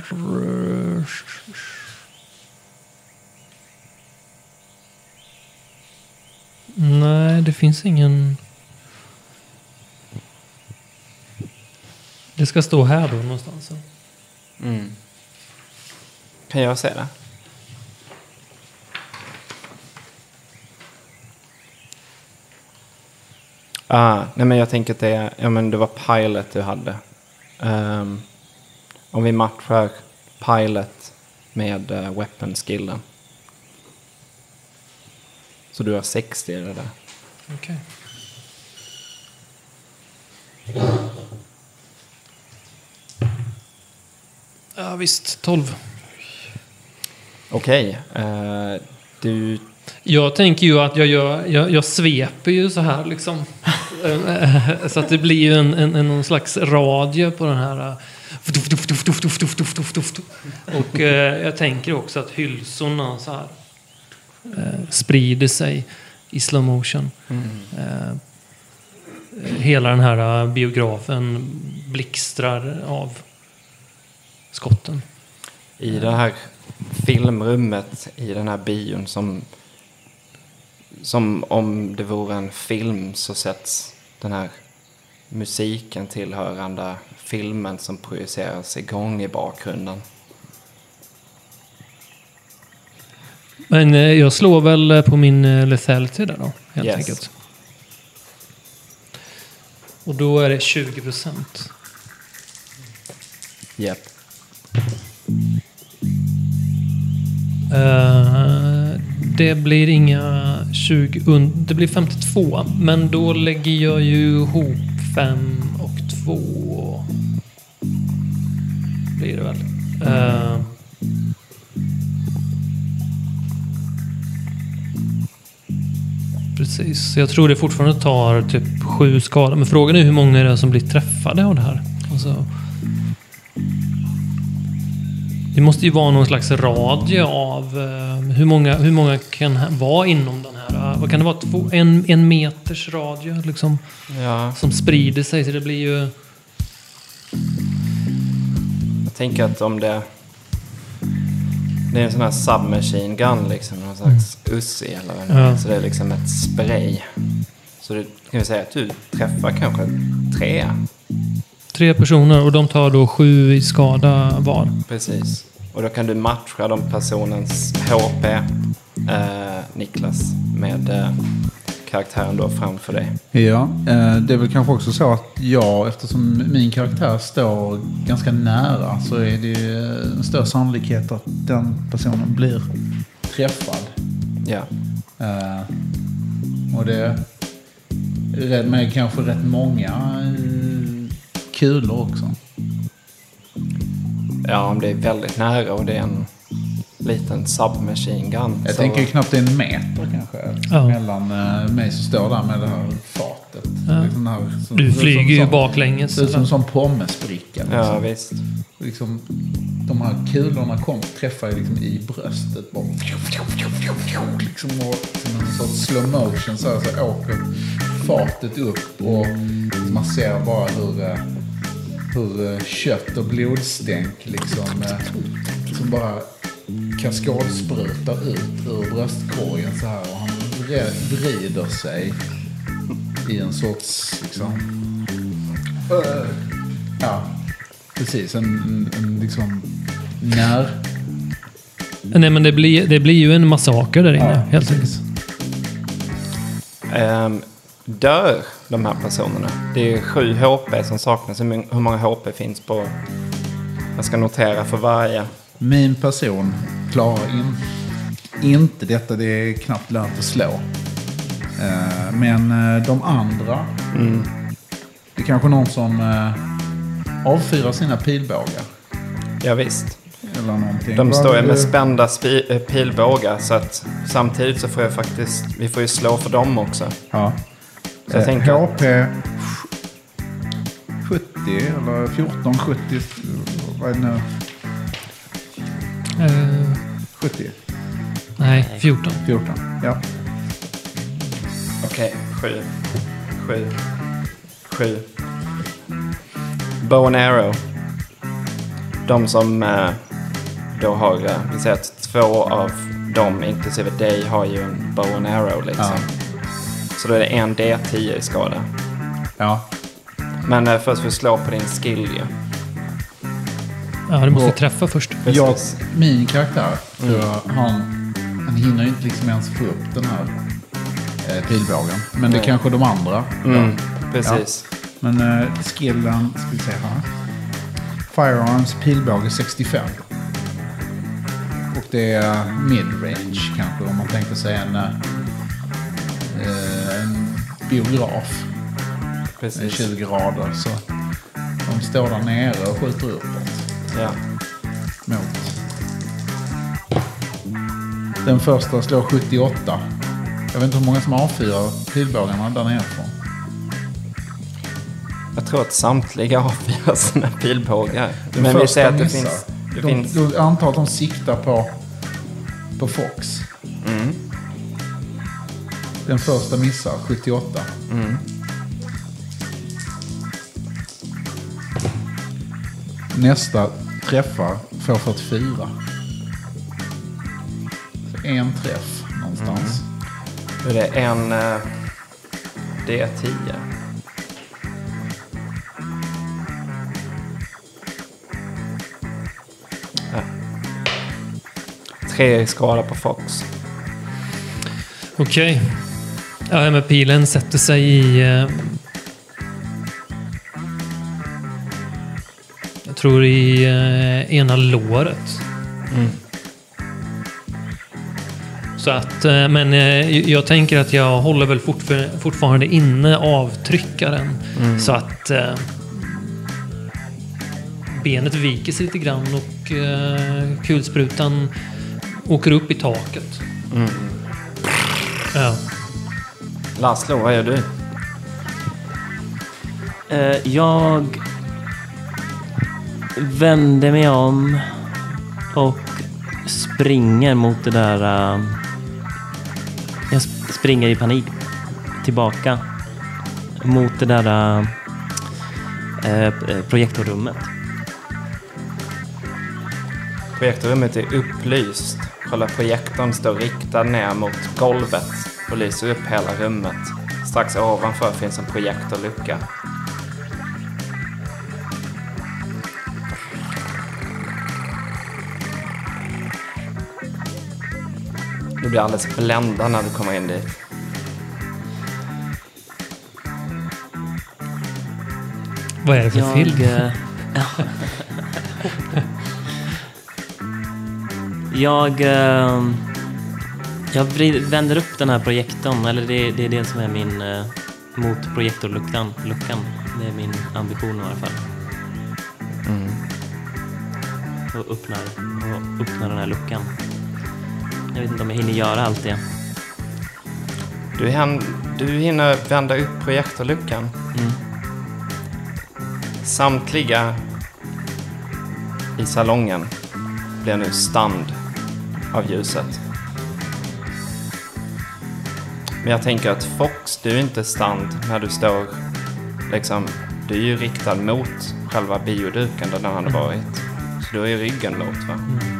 Nej, det finns ingen... Det ska stå här då någonstans.
Mm. Kan jag se det? Ah, nej men jag tänker att det, är, ja, men det var pilot du hade. Um, om vi matchar pilot med uh, weapon skillen. Så du har sextio i det där.
Okej. Ja visst, tolv.
Okej. Okay. Uh, du
Jag tänker ju att jag, gör, jag, jag sveper ju så här liksom. Så att det blir ju en, en, en någon slags radie på den här. Och eh, jag tänker också att hylsorna så här eh, sprider sig i slow motion. Mm. Eh, hela den här biografen blixtrar av skotten.
I det här filmrummet i den här bion som som om det vore en film så sätts den här musiken tillhörande filmen som projiceras igång i bakgrunden.
Men eh, jag slår väl på min eh, lethality där då, helt
yes.
enkelt. Och då är det tjugo procent.
Japp. Yep.
Uh, det blir inga tjugo, und- det blir femtiotvå. Men då lägger jag ju ihop fem och två. Blir det väl. Uh, precis. Jag tror det fortfarande tar typ sju skador. Men frågan är hur många är det som blir träffade av det här. Alltså, det måste ju vara någon slags radie av uh, hur många hur många kan ha, vara inom den här. Uh, vad kan det vara? Två, en, en meters radie liksom,
ja.
Som sprider sig. Så det blir ju...
Jag tänker att om det det är en sån här submachine gun liksom, någon slags Uzi eller
ja.
Så det är liksom ett spray. Så det kan vi säga att du träffar kanske tre.
Tre personer och de tar då sju i skada var.
Precis. Och då kan du matcha de personens H P, eh, Niklas, med eh, karaktären då framför dig.
Ja, eh, det är väl kanske också så att jag, eftersom min karaktär står ganska nära, så är det en större sannolikhet att den personen blir träffad.
Ja.
Eh, och det är med kanske rätt många eh, kulor också.
Ja, om det är väldigt nära och det är en liten submachine gun.
Jag
så...
tänker ju knappt det är en meter kanske.
Ja.
Mellan uh, mig som står där med det här fatet.
Ja.
Liksom här, som,
Du flyger
som,
ju
som,
baklänges.
Det är som en sån pommesbricka. Liksom.
Ja, visst.
Liksom, de här kulorna kom, träffar ju liksom i bröstet. Bara, liksom, och som en sorts slow motion så, här, så åker fatet upp. Och man ser bara hur, hur kött och blodstänk liksom, som bara kaskadsprutar ut ur bröstkorgen så här, och han vrider sig i en sorts liksom, uh, ja, precis en, en, en liksom när
Nej, men det blir, det blir ju en massaker där inne, ja, helt enkelt.
Um, dör de här personerna? Det är sju H P som saknas. Hur många H P finns på? Jag ska notera för varje.
Min person klarar in, inte detta, det är knappt lönt att slå. Uh, men uh, de andra,
mm.
det är kanske någon som uh, avfyrar sina pilbågar.
Ja, visst.
Eller någonting.
De står ju med
det...
spända spi- pilbågar, så att samtidigt så får jag faktiskt, vi får ju slå för dem också.
Ja.
Så jag tänker...
H P sjuttio eller fjorton sjuttio, vad är det nu?
Uh,
sjuttio?
nej, fjorton.
fjorton, ja.
Okej, sju. Sju. Sju. Bow and arrow. De som eh, då har, eh, vi säger att två av dem, inklusive dig, har ju en bow and arrow liksom.
Ja.
Så då är det en D tio i skada.
Ja.
Men eh, först får vi slå på din skill ju.
Ja, du måste
och,
träffa först.
Jag, min karaktär,
Mm.
han, han hinner ju inte liksom ens få upp den här eh, pilbågen. Men det är
Nej.
kanske de andra.
Mm,
Ja.
precis.
Ja. Men eh, skillen, ska vi se här. Firearms pilbåge sextiofem. Och det är mid-range kanske, om man tänker sig en, eh, en biograf.
Precis.
tjugo grader, så de står där nere och skjuter uppåt
Ja.
mot. Den första slår sjuttioåtta. Jag vet inte hur många som avfyrar pilbågarna där nerifrån.
Jag tror att samtliga avfyrar sina pilbågar.
Den
Men vi
första
säger att det
missar.
finns... Det
de,
finns...
Jag antar att de siktar på, på Fox.
Mm.
Den första missar, sjuttioåtta.
Mm.
Nästa träffar får fyrtiofyra. Så en träff någonstans.
Då är det en eh, D tio. Ja. Tre i skala på Fox.
Okej. Ja, men pilen sätter sig i... Eh, jag tror i eh, ena låret.
Mm.
Så att, eh, men eh, jag tänker att jag håller väl fortfar- fortfarande inne avtryckaren.
Mm.
Så att eh, benet viker sig lite grann och eh, kulsprutan åker upp i taket.
Mm.
Ja.
Laszlo, vad gör du?
Eh, jag vänder mig om och springer mot det där... Uh, jag sp- springer i panik tillbaka mot det där uh, uh, projektorrummet.
Projektorrummet är upplyst. Själva projektorn står riktad ner mot golvet och lyser upp hela rummet. Strax ovanför finns en projektorlucka. Du blir alldeles bländad när du kommer in dit.
Vad är det för
Jag,
film?
eh, ja. jag, eh, jag vrid, vänder upp den här projektorn, eller det, det är det som är min eh, mot projektorluckan. Luckan. Det är min ambition i alla fall.
Mm.
Och öppnar, och öppnar den här luckan. Jag vet inte om jag hinner göra allt det.
Du, hän, du hinner vända upp projektorluckan.
Mm.
Samtliga i salongen blir nu stand av ljuset. Men jag tänker att Fox, du är inte stand när du står liksom, du är ju riktad mot själva bioduken där den hade varit. Så du är ju ryggen mot, va?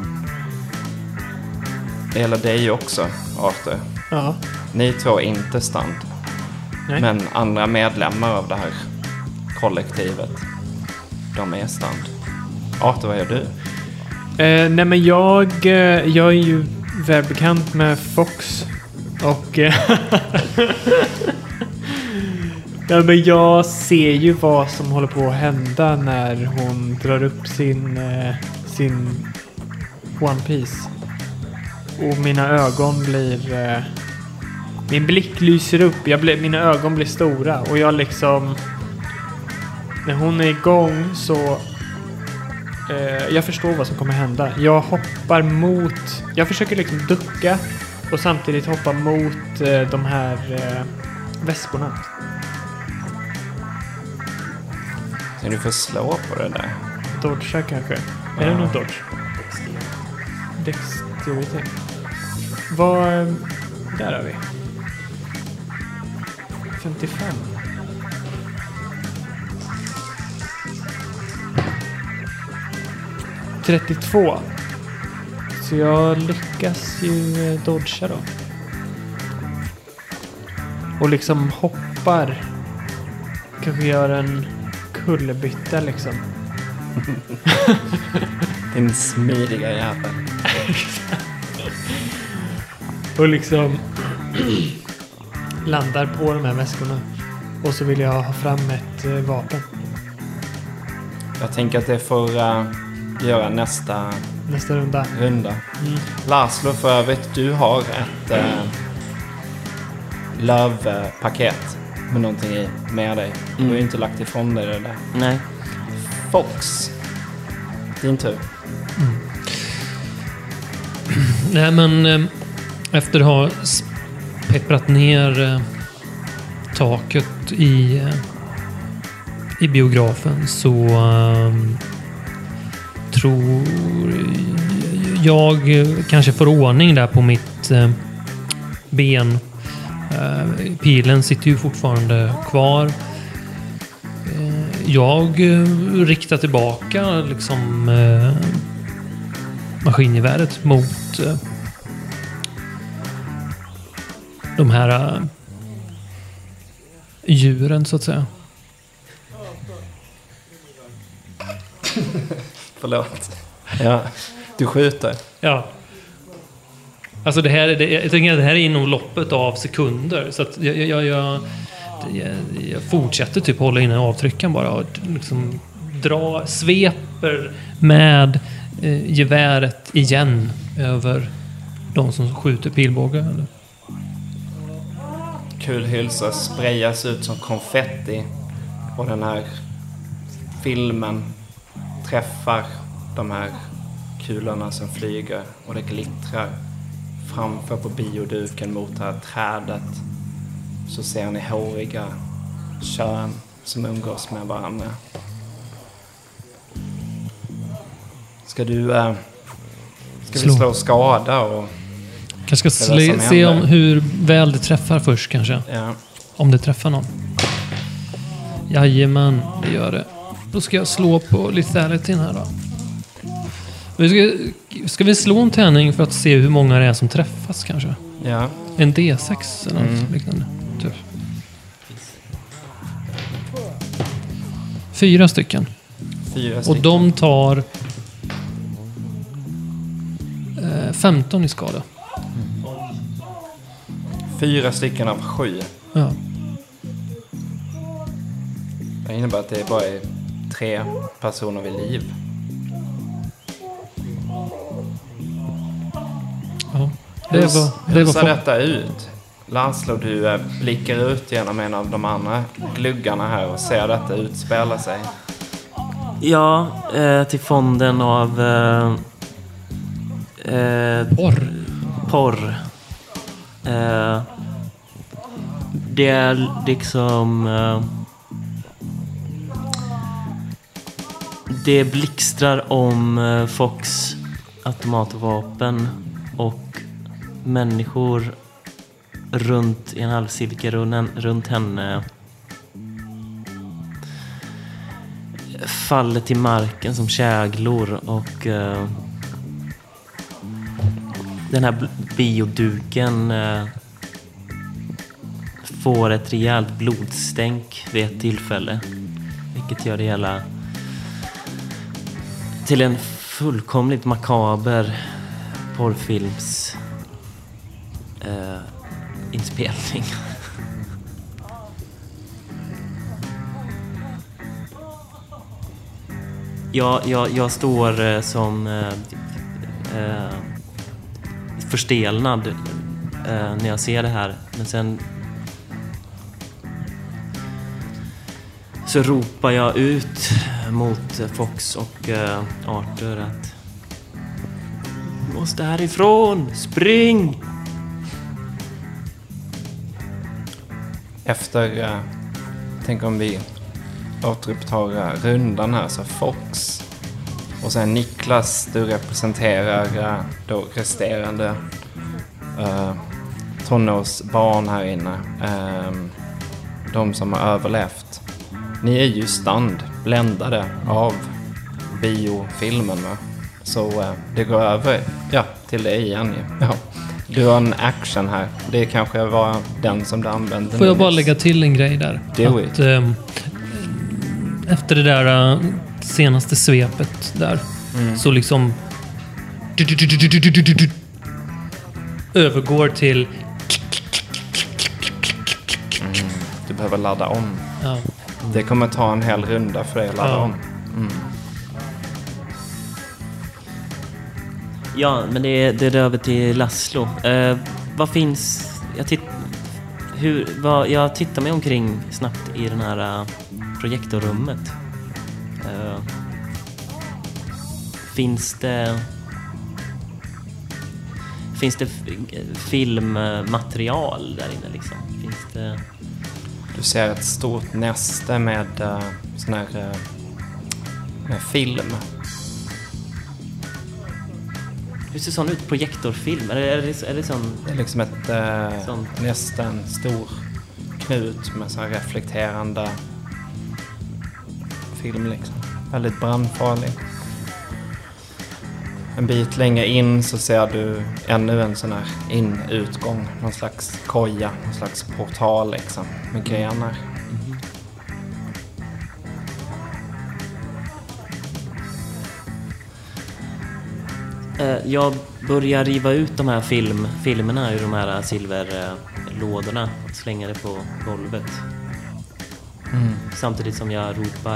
Det gäller dig också, Arthur.
Ja.
Ni två är inte stand.
Nej.
Men andra medlemmar av det här kollektivet, de är stand. Arthur, vad gör du?
Eh, nej men jag, eh, jag är ju välbekant med Fox. Och eh, ja, men jag ser ju vad som håller på att hända när hon drar upp sin, eh, sin One Piece. Och mina ögon blir... Eh, min blick lyser upp. Jag blir, mina ögon blir stora. Och jag liksom... När hon är igång så... Eh, jag förstår vad som kommer hända. Jag hoppar mot... Jag försöker liksom ducka. Och samtidigt hoppa mot eh, de här eh, väskorna.
Kan du få slå på det där?
Dodgea kanske. Är det något dodge? Dexterity. Vad... Där har vi. femtiofem. trettiotvå. Så jag lyckas ju eh, dodgea då. Och liksom hoppar. Kanske gör en kullerbytta liksom.
Din smidiga jävel.
Och liksom landar på de här väskorna. Och så vill jag ha fram ett eh, vapen.
Jag tänker att det får uh, göra nästa
Nästa runda.
runda.
Mm.
Laszlo, för övrigt, du har ett uh, lövpaket med någonting i med dig. Du har ju inte lagt ifrån dig det där.
Nej.
Fox, din tur.
Nej, men eh, efter att ha s- pepprat ner eh, taket i, eh, i biografen så eh, tror jag eh, kanske får ordning där på mitt eh, ben. Eh, pilen sitter ju fortfarande kvar. Eh, jag eh, riktar tillbaka liksom eh, maskingeväret mot eh, de här uh, djuren så att säga.
Förlåt. Ja, du skjuter.
Ja. Alltså det här, det, jag tänker att det här är inom loppet av sekunder. Så att jag, jag, jag, jag, jag fortsätter typ hålla inne avtrycken bara. Och liksom dra, sveper med eh, geväret igen över de som skjuter pilbågar. Eller?
Kulhylsor sprayas ut som konfetti och den här filmen träffar de här kulorna som flyger och det glittrar framför på bioduken mot det här trädet. Så ser ni håriga kön som umgås med varandra. Ska du äh, ska vi slå skada och
kanske ska sl- se om hur väl det träffar först kanske.
ja.
Om det träffar någon. Jajamän, det gör det. Då ska jag slå på letalityn här då. Vi ska, ska vi slå en tärning för att se hur många det är som träffas kanske?
Ja.
En D sex eller
Mm.
något liknande. Typ. Fyra stycken.
Fyra
Och
stycken.
de tar eh, femton i skada.
Fyra stycken av sju.
Ja.
Det innebär att det bara är tre personer vid liv.
Ja. Det
Hur,
var, det
hur
var
ser
fa-
detta ut? Laszlo, du eh, blickar ut genom en av de andra gluggarna här och ser detta utspela sig.
Ja, eh, till fonden av eh, eh,
porr.
porr. Eh, det är liksom... Eh, det blixtrar om eh, Fox automatvapen och människor runt i en halvcirkel runt, runt henne faller till marken som käglor och eh, den här bioduken eh, får ett rejält blodstänk vid ett tillfälle, vilket gör det hela till en fullkomligt makaber porrfilms eh, inspelning. Jag, jag, jag står eh, som eh, eh, förstelnad eh, när jag ser det här. Men sen så ropar jag ut mot Fox och eh, Arthur att vi måste härifrån, spring!
Efter, uh, tänk om vi återupptar uh, rundan här, så Fox och sen Niklas, du representerar uh, då resterande uh, tonårsbarn här inne. Um, de som har överlevt. Ni är ju stand, bländade av biofilmen, va? Så uh, det går över ja, till dig igen. Ja. Du har en action här. Det kanske var den som du använde.
Får jag bara lägga till en grej där?
Do
att, eh, efter det där uh, senaste svepet där
Mm.
så liksom du, du, du, du, du, du, du, du, övergår till
Mm. Du behöver ladda om.
ja.
Det kommer ta en hel runda för dig att ladda
Ja.
om. Mm.
Ja, men det är, det är över till Laszlo. Eh, vad finns... Jag, titt, hur, vad, jag tittar mig omkring snabbt i den här uh, projektorrummet. Eh, finns det... finns det filmmaterial där inne liksom? Finns det...
Du ser ett stort näste med uh, sån här uh, med film.
Hur ser sån ut? Projektorfilm? Är det, är det, är det sån...
Det är liksom ett uh,
sån...
nästan stor knut med så här reflekterande film liksom. Väldigt brandfarlig. En bit längre in så ser du ännu en sån här in-utgång. Någon slags koja, någon slags portal liksom, med grenar.
Mm. Uh, jag börjar riva ut de här film, filmerna ur de här silverlådorna och slänga det på golvet.
Mm.
Samtidigt som jag ropar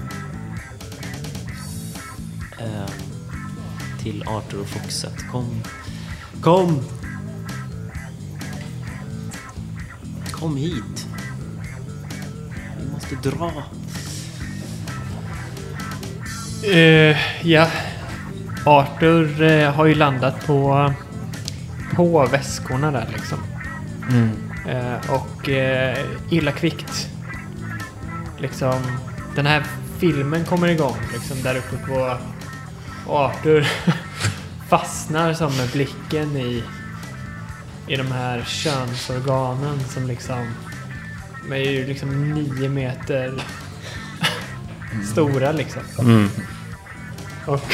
uh, till Arthur och Fox att kom, kom, kom hit. Vi måste dra.
Uh, ja, Arthur uh, har ju landat på på väskorna där liksom.
Mm.
Uh, och uh, illa kvickt. Liksom, den här filmen kommer igång liksom där uppe på. Och Arthur fastnar som med blicken i i de här könsorganen som liksom är ju liksom nio meter stora liksom.
Mm.
Och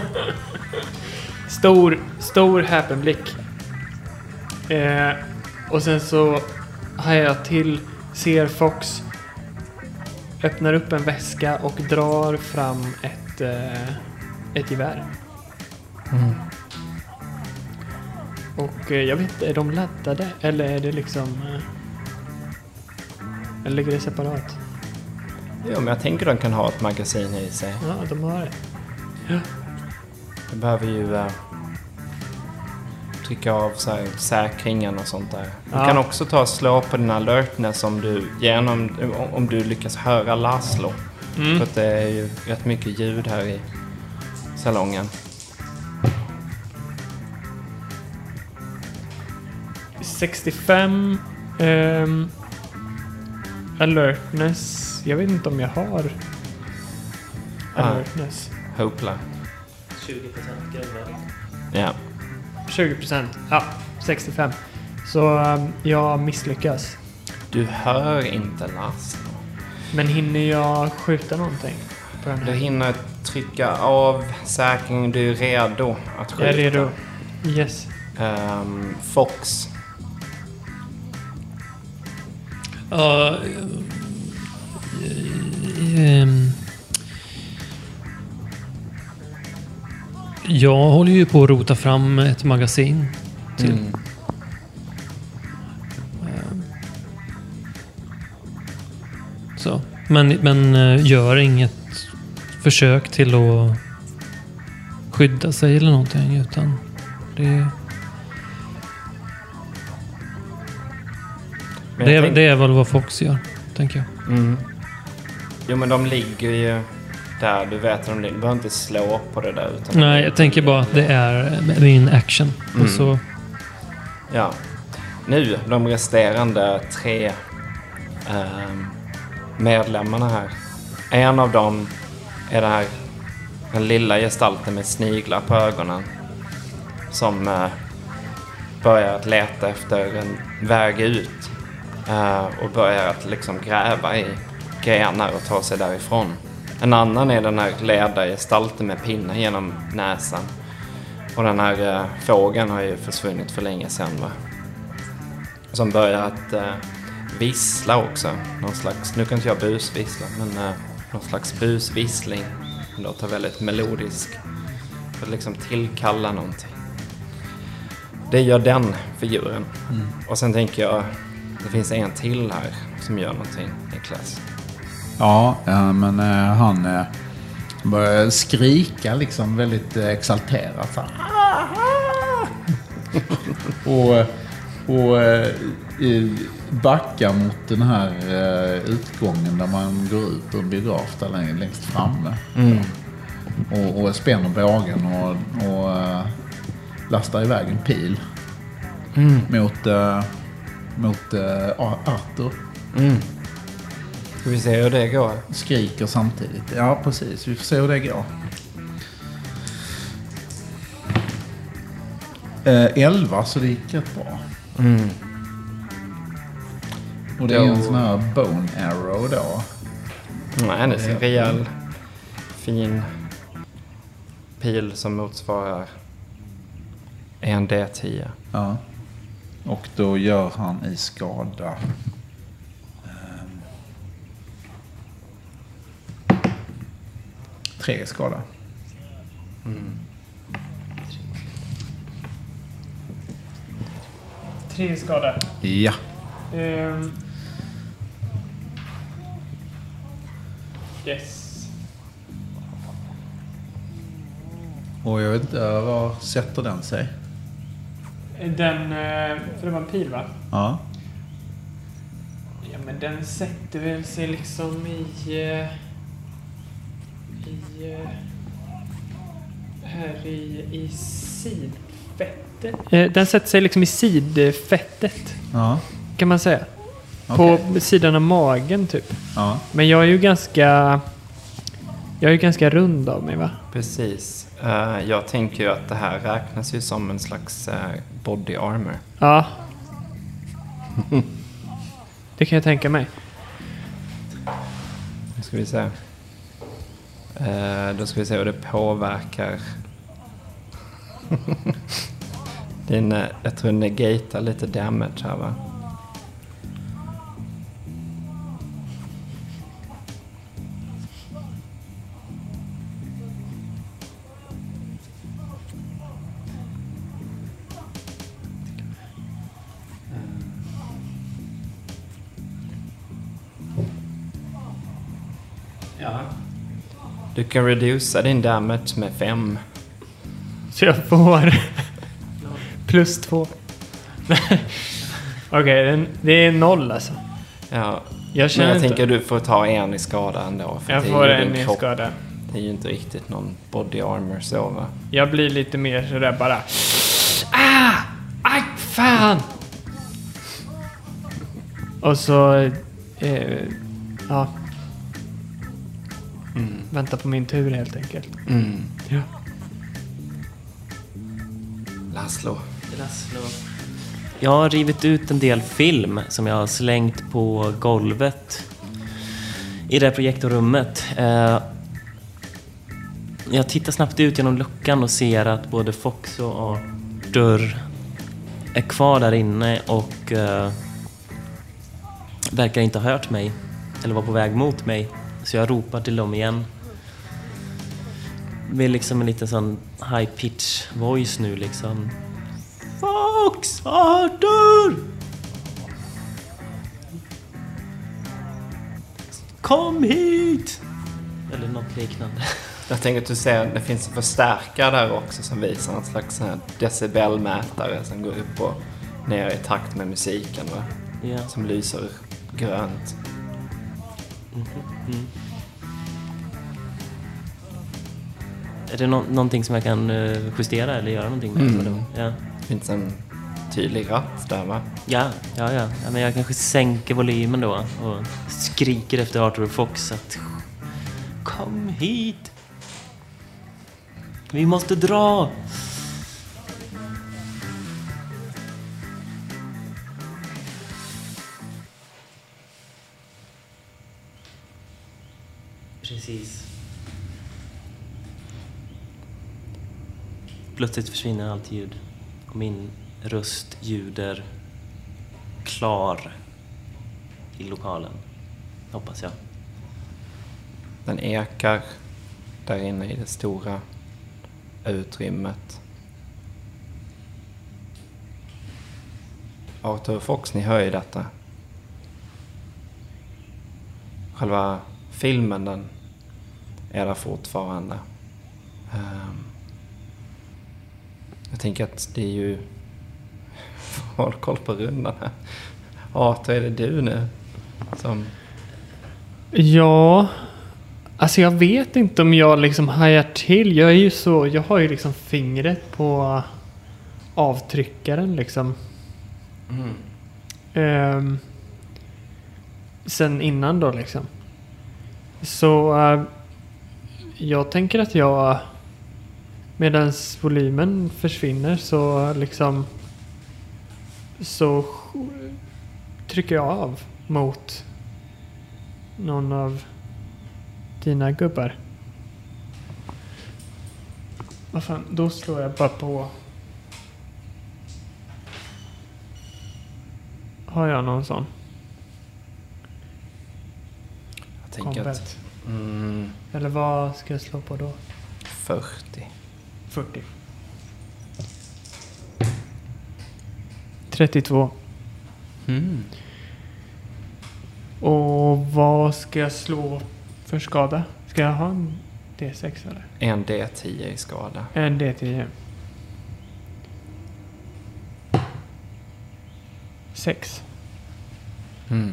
stor stor häpen blick. Eh, och sen så har jag till ser Fox öppnar upp en väska och drar fram ett eh, ett gevär.
Mm.
Och eh, jag vet inte, är de laddade eller är det liksom eh, eller ligger det separat?
Jo, men jag tänker de kan ha ett magasin i sig.
Ja, de har det. Ja.
Du behöver ju äh, trycka av så här, säkringen och sånt där. Du
Ja.
kan också ta och slå på din alertness om du, genom, om du lyckas höra Laszlo.
Mm.
För att det är ju rätt mycket ljud här i salongen.
sextiofem um, alertness. Jag vet inte om jag har
Ah.
alertness.
Hopla.
tjugo procent grundvärde.
Ja.
tjugo procent. Ja, sextiofem. Så um, jag misslyckas.
Du hör inte Laszlo.
Men hinner jag skjuta någonting på den
Du
här?
hinner trycka av säkringen. Du är redo att skjuta.
Jag är redo. Yes.
Um, Fox.
Ja, eh, ehm, jag håller ju på att rota fram ett magasin till.
Mm.
Så. Men, men eh, gör inget försök till att skydda sig eller någonting, utan det,
Men
det,
jag
är,
tänk-
det är väl vad Fox gör, tänker jag.
Mm. Jo, men de ligger ju där. Du vet att de ligger. Du behöver inte slå på det där. Utan
Nej, jag tänker bara att det är min action.
Mm.
Och så,
Ja. Nu, de resterande tre ehm, medlemmarna här. En av dem är den här den lilla gestalten med sniglar på ögonen. Som eh, börjar att leta efter en väg ut. Eh, och börjar att liksom gräva i grenar och ta sig därifrån. En annan är den här ledargestalten med pinne genom näsan. Och den här eh, fågeln har ju försvunnit för länge sedan, va? Som börjar att eh, vissla också. Någon slags, nu kan inte jag busvissla, men eh, någon slags busvissling. Det låter väldigt melodisk. För att liksom tillkalla någonting. Det gör den figuren.
Mm.
Och sen tänker jag, det finns en till här som gör någonting, Niklas.
Ja, ja men eh, han eh, börjar skrika liksom väldigt eh, exalterat. Så här, "Ah!" och och eh, i- backar mot den här eh, utgången där man går ut och biograf där längst, längst framme.
Mm.
Och, och spänner bågen och, och eh, lastar iväg en pil
Mm.
mot, uh, mot uh, Arthur.
Mm. Ska vi se hur det går?
Skriker samtidigt. Ja, precis. Vi får se hur det går. Uh, elva, så det gick rätt bra.
Mm.
Och det är en sån här bone arrow då.
Nej, det är en rejäl, fin pil som motsvarar en D tio.
Ja. Och då gör han i skada. Um, tre skada.
Mm.
Tre skada.
Ja.
Um, yes.
Och jag vet inte, var sätter den sig?
Den, eh, för det var en pil va?
Ja.
Ja men den sätter väl sig liksom i... eh, I... eh, Här i, i sidfettet. Eh, Den sätter sig liksom i sidfettet
Ja.
kan man säga.
Okej.
På sidan av magen typ.
Ja.
Men jag är ju ganska... Jag är ju ganska rund av mig va?
Precis. Uh, jag tänker ju att det här räknas ju som en slags uh, body armor.
Ja. Det kan jag tänka mig.
Nu ska vi se. Uh, då ska vi se hur det påverkar. Din, uh, jag tror negatar lite damage här va?
Ja.
Du kan reducera din damage med fem.
Så jag får plus två. Okej, den- det är noll alltså.
Ja.
Jag
Men
känner
jag
inte...
tänker du får ta en i skada ändå. För
Jag
det är
får
ju
en
din
i
kropp.
skada.
Det är ju inte riktigt någon body armor så va?
Jag blir lite mer sådär bara... Ah! Aj, fan! Och så... Eh, ja.
Mm.
Vänta på min tur helt enkelt.
Mm.
Ja.
Laszlo.
Laszlo. Jag har rivit ut en del film som jag har slängt på golvet i det här projektorrummet. Eh, jag tittar snabbt ut genom luckan och ser att både Fox och Arthur är kvar där inne och eh, verkar inte ha hört mig eller var på väg mot mig. Så jag ropar till dem igen. Med liksom en liten sån high pitch voice nu liksom. Fox! Arthur! Kom hit! Eller något liknande.
Jag tänker att du ser att det finns en förstärkare där också som visar en slags sån här decibelmätare som går upp och ner i takt med musiken va?
Ja.
Som lyser grönt.
Mm. Är det nå- någonting som jag kan uh, justera eller göra någonting med?
Mm.
Ja.
Det finns en tydlig ratt där va?
Ja, ja, ja. ja men jag kanske sänker volymen då och skriker efter Arthur och Fox att kom hit! Vi måste dra! Precis. Plötsligt försvinner allt ljud och min röst ljuder klar i lokalen, hoppas jag.
Den ekar där inne i det stora utrymmet. Arthur och Fox, ni hör ju detta. Själva filmen, den är där fortfarande. Um, jag tänker att det är ju... Håll koll på rundan här. Arthur, är det du nu som...
Ja, alltså jag vet inte om jag liksom hajar till. Jag är ju så, jag har ju liksom fingret på avtryckaren liksom.
Mm.
Ehm, sen innan då liksom. Så uh, jag tänker att jag medan volymen försvinner så liksom så trycker jag av mot någon av dina gubbar. Vad fan, då slår jag bara på. Har jag någon sån?
Jag tänker att... Mm,
Eller vad ska jag slå på då?
fyrtio.
fyrtio. trettiotvå.
Mm.
Och vad ska jag slå för skada? Ska jag ha en D sex eller?
En D tio i skada.
En D tio. sex.
Mm.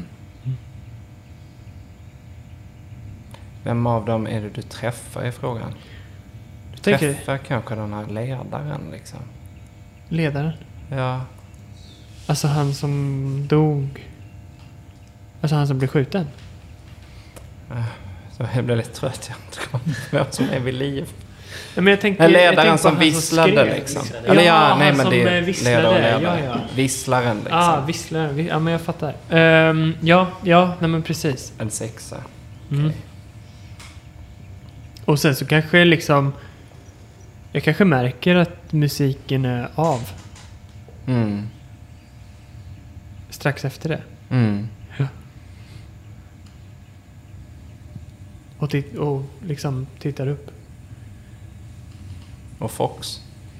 Vem av dem är det du träffar i frågan? Du
Tänker-
träffar kanske den här ledaren liksom.
Ledaren.
Ja.
Alltså han som dog. Alltså han som blev skjuten.
Så jag blev lite trött. Jag inte kommer vem som är vid liv.
Ja, men jag tänkte,
Är ledaren
jag tänkte på
som
han
visslade
skrev,
liksom.
Ja,
Eller ja, nej
han
men
som
det
eh,
är
visslade.
ledare och ledare.
Ja, ja.
Visslaren liksom.
Ah, visslaren. Vi- Ja, men jag fattar. Ehm, ja, ja, nej men precis.
En sexa.
Mm. Och sen så kanske liksom jag kanske märker att musiken är av
Mm.
strax efter det.
Mm.
Och, tit- och liksom tittar upp.
Och Fox.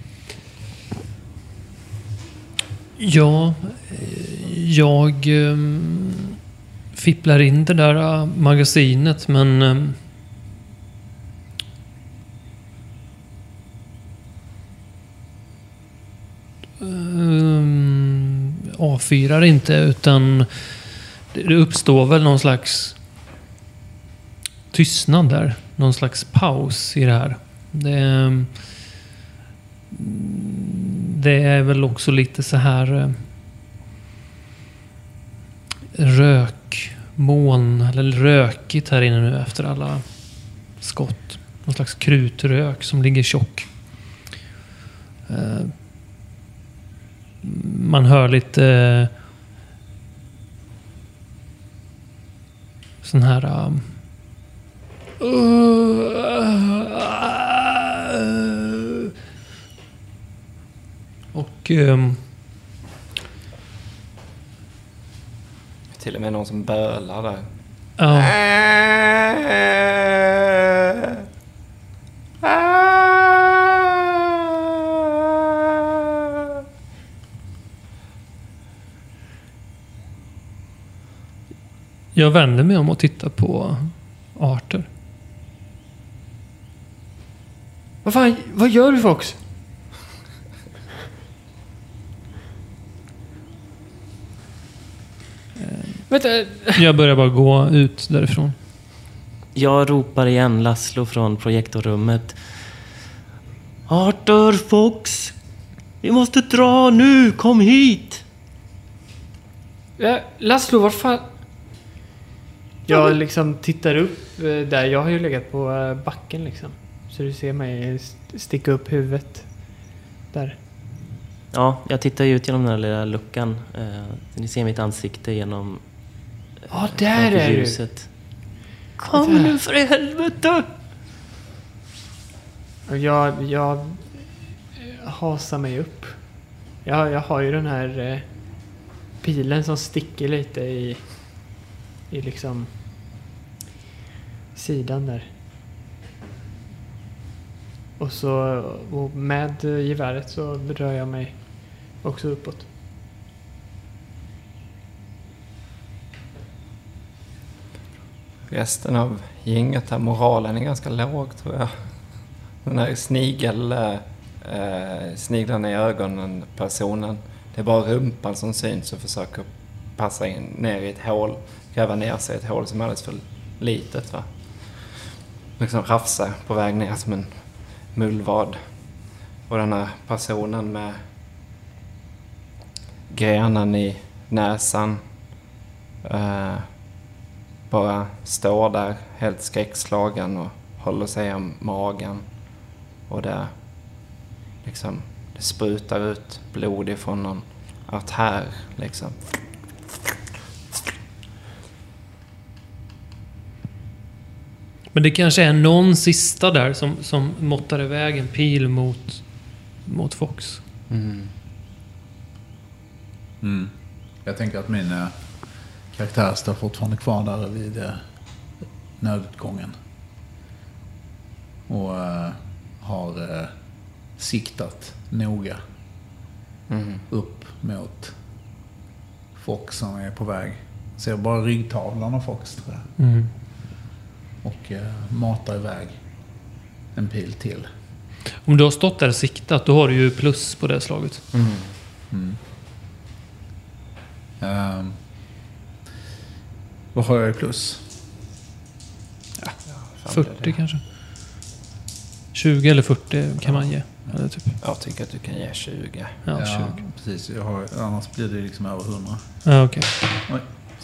Ja, eh, jag um, fipplar in det där uh, magasinet, men um, um, avfyrar inte, utan det, det uppstår väl någon slags tystnad där. Någon slags paus i det här. Det, um, det är väl också lite så här eh, rökmoln eller rökigt här inne nu efter alla skott. Någon slags krutrök som ligger tjock. Eh, man hör lite eh, sån här eh, och ehm,
Till och med någon som bölar där.
ja, jag vänder mig om och tittar på Arthur.
Vad fan, vad gör du Fox? Vänta.
Jag börjar bara gå ut därifrån.
Jag ropar igen Laszlo från projektorrummet. Arthur Fox! Vi måste dra nu! Kom hit!
Ja, Laszlo, var fan? Jag liksom tittar upp eh, där. Jag har ju legat på eh, backen liksom. Så du ser mig st- sticka upp huvudet. Där.
Ja, jag tittar ju ut genom den här lilla luckan. Eh, ni ser mitt ansikte genom
Ja, där
framför
är du.
ljuset. Kom nu för i helvete!
Och Jag, jag eh, hasar mig upp. Jag, jag har ju den här eh, pilen som sticker lite i, i liksom sidan där. Och så och med eh, geväret så rör jag mig också uppåt.
Resten av gänget här, moralen är ganska låg tror jag. Den här snigel, eh, sniglarna i ögonen, personen. Det är bara rumpan som syns och försöker passa in ner i ett hål. Gräva ner sig i ett hål som är alldeles för litet va. Liksom rafsa på väg ner som en mullvad. Och den här personen med grenen i näsan. Uh, bara står där helt skräckslagen och håller sig om magen. Och det liksom, det sprutar ut blod ifrån någon artär liksom.
Men det kanske är någon sista där som, som måttar iväg en pil mot, mot Fox.
Mm.
Mm. Jag tänker att min äh, karaktär står fortfarande kvar där vid äh, nödutgången. Och äh, har äh, siktat noga
Mm.
upp mot Fox som är på väg. Ser bara ryggtavlan av Fox, tror jag.
Mm.
Och äh, matar iväg en pil till.
Om du har stått där och siktat, då har du ju plus på det slaget.
Mm.
Mm. Um, vad har jag i plus?
Ja,
fyrtio kanske. tjugo eller fyrtio kan man ge. Eller typ.
Jag tycker att du kan ge tjugo.
Ja,
Ja,
tjugo.
precis. Jag har, annars blir det liksom över hundra.
Ja, okej.
Oj.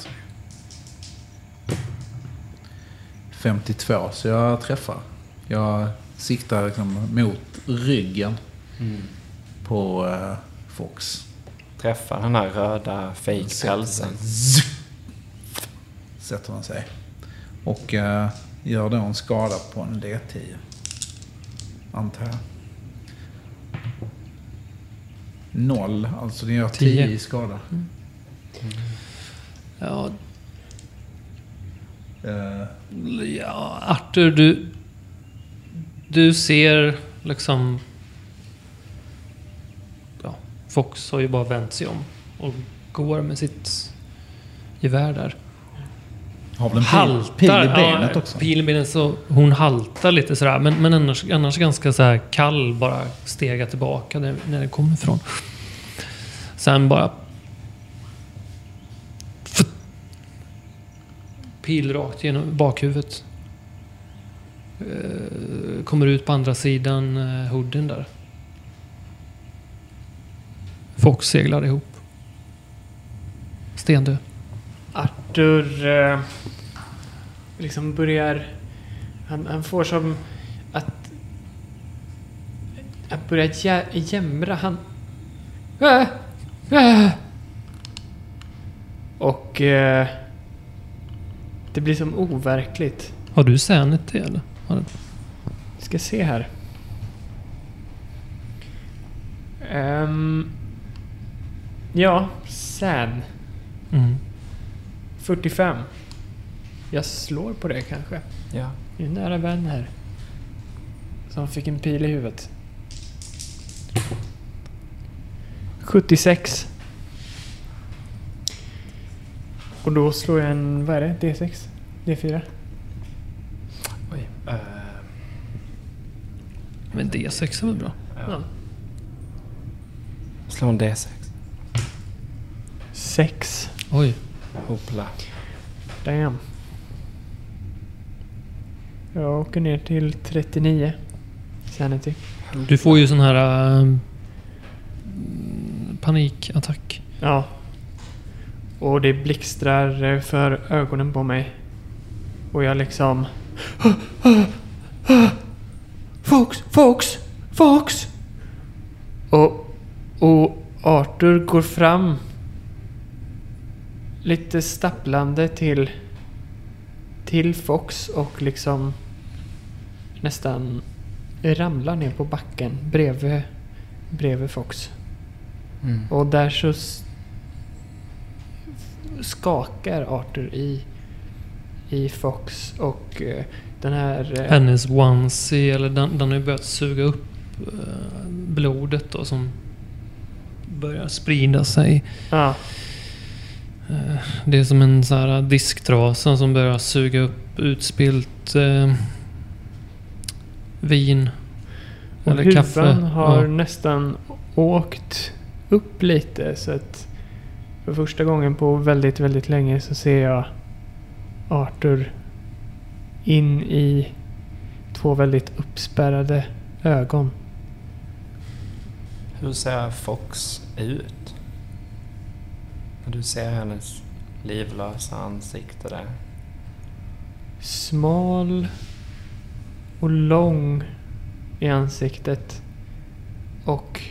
femtiotvå, så jag träffar. Jag siktar liksom mot ryggen
Mm.
på uh, Fox.
Träffar den här röda fake-pälsen.
Sätter man sig. Och uh, gör då en skada på en D tio. Antar jag. Noll, alltså det gör tio i skada.
Mm. Ja,
Uh,
ja, Arthur, du, du ser liksom... Ja, Fox har ju bara vänt sig om och går med sitt gevär där.
har väl en pil,
Haltar,
pil i benet
ja,
också?
Pil i benet, så hon haltar lite sådär. Men, men annars, annars ganska så här kall, bara stega tillbaka när, när det kommer ifrån. Sen bara... Pil rakt genom bakhuvudet. Eh, kommer ut på andra sidan eh, hooden där. Fox seglar ihop. Stendö.
Arthur eh, liksom börjar... Han, han får som att... Att börja jä, jämra. Han... Äh, äh. Och... Eh, det blir som overkligt.
Har du sanity eller? Har du?
Vi ska se här. Um, ja, San.
Mm.
fyrtiofem. Jag slår på det kanske.
Ja.
Det är en nära vän här. Som fick en pil i huvudet. sjuttiosex. Och då slår jag en, vad är det? D sex? D fyra?
Oj. Uh,
Men D sex är väl bra?
ja.
Ja.
Slå en D sex.
sex.
Oj.
Hoppla.
Damn. Jag åker ner till trettionio. Sanity.
Du får ju sån här äh, panikattack.
Ja. Och det blixtrar för ögonen på mig. Och jag liksom... Fox! Fox! Fox! Och, och Arthur går fram lite stapplande till till Fox och liksom nästan ramlar ner på backen bredvid, bredvid Fox.
Mm.
Och där så s- skakar Arthur i i Fox och eh, den här... eh,
Hennes onesie, eller den, den har ju börjat suga upp eh, blodet då, som börjar sprida sig.
Ja,
Eh, det är som en så här disktrasa som börjar suga upp utspilt eh, vin
och
eller kaffe.
huvan har
Ja.
nästan åkt upp lite så att för första gången på väldigt, väldigt länge så ser jag Arthur in i två väldigt uppspärrade ögon.
Hur ser Fox ut? Du ser hennes livlösa ansikte där.
Smal och lång i ansiktet. Och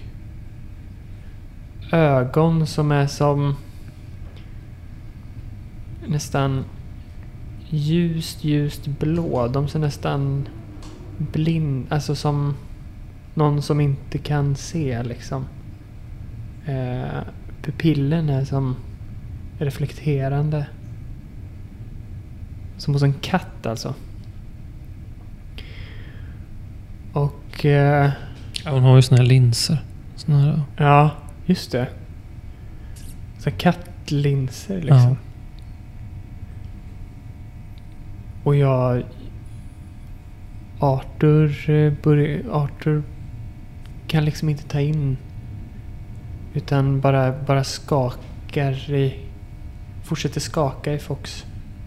ögon som är som nästan ljust, ljust blå. De ser nästan blind, alltså som någon som inte kan se liksom. Eh, pupillen är som reflekterande. Som hos en katt alltså. Och eh,
ja, hon har ju såna här linser. Såna här.
Ja, just det. Så kattlinser liksom.
Ja.
Och jag... Arthur, eh, börj, Arthur kan liksom inte ta in. Utan bara, bara skakar i... Fortsätter skaka i Fox.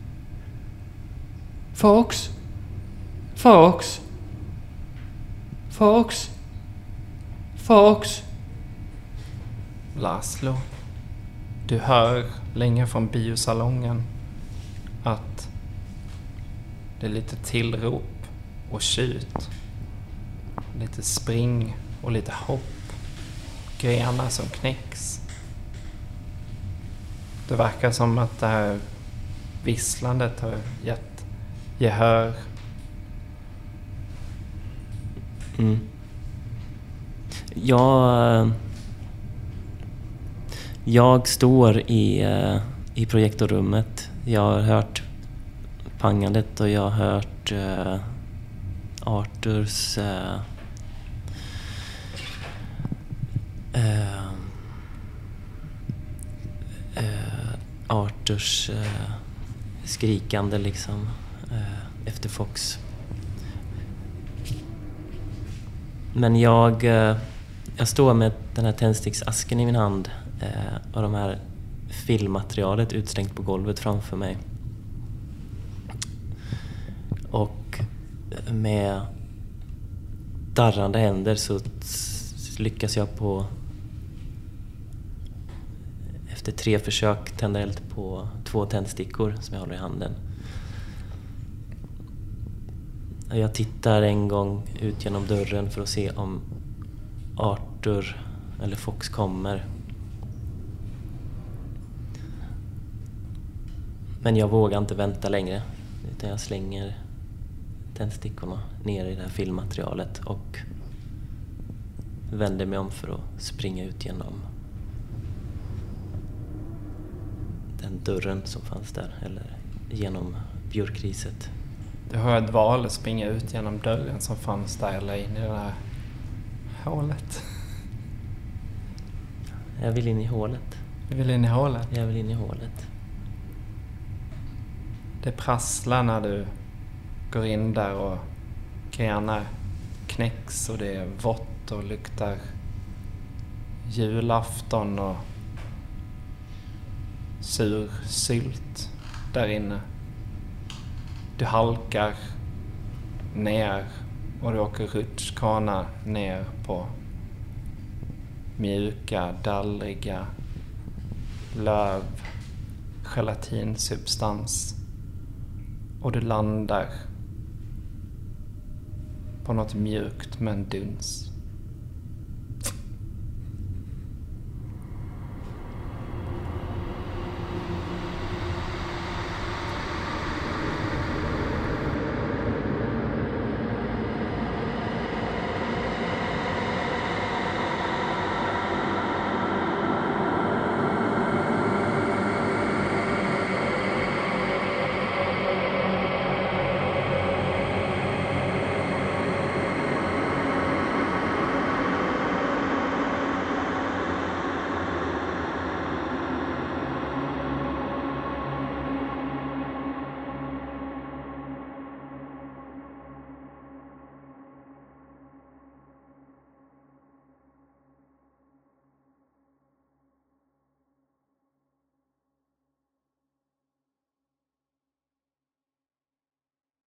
Fox? Fox? Fox? Fox?
Laszlo, du hör länge från biosalongen att det är lite tillrop och tjut. Lite spring och lite hopp. Grenar som knäcks. Det verkar som att det här visslandet har gett gehör.
Mm. Jag... Jag står i, i projektorrummet. Jag har hört pangandet och jag har hört uh, Arthurs... Uh, uh, uh, Arthurs uh, skrikande liksom uh, efter Fox. Men jag, uh, jag står med den här tändsticksasken i min hand uh, och de här filmmaterialet utslängt på golvet framför mig. Och med darrande händer så lyckas jag på efter tre försök tända eld på två tändstickor som jag håller i handen. Jag tittar en gång ut genom dörren för att se om Arthur eller Fox kommer. Men jag vågar inte vänta längre, utan jag slänger tändstickorna ner i det här filmmaterialet och vänder mig om för att springa ut genom den dörren som fanns där, eller genom björkriset.
Du har ett val att springa ut genom dörren som fanns där eller in i det här hålet.
Jag vill in i hålet.
Du vill in i hålet?
Jag vill in i hålet.
Det prasslar när du går in där och grenar knäcks och det är vått och luktar julafton och sur sylt där inne. Du halkar ner och du åker rutschkana ner på mjuka, dallriga löv, gelatinsubstans. Och du landar på något mjukt med en duns.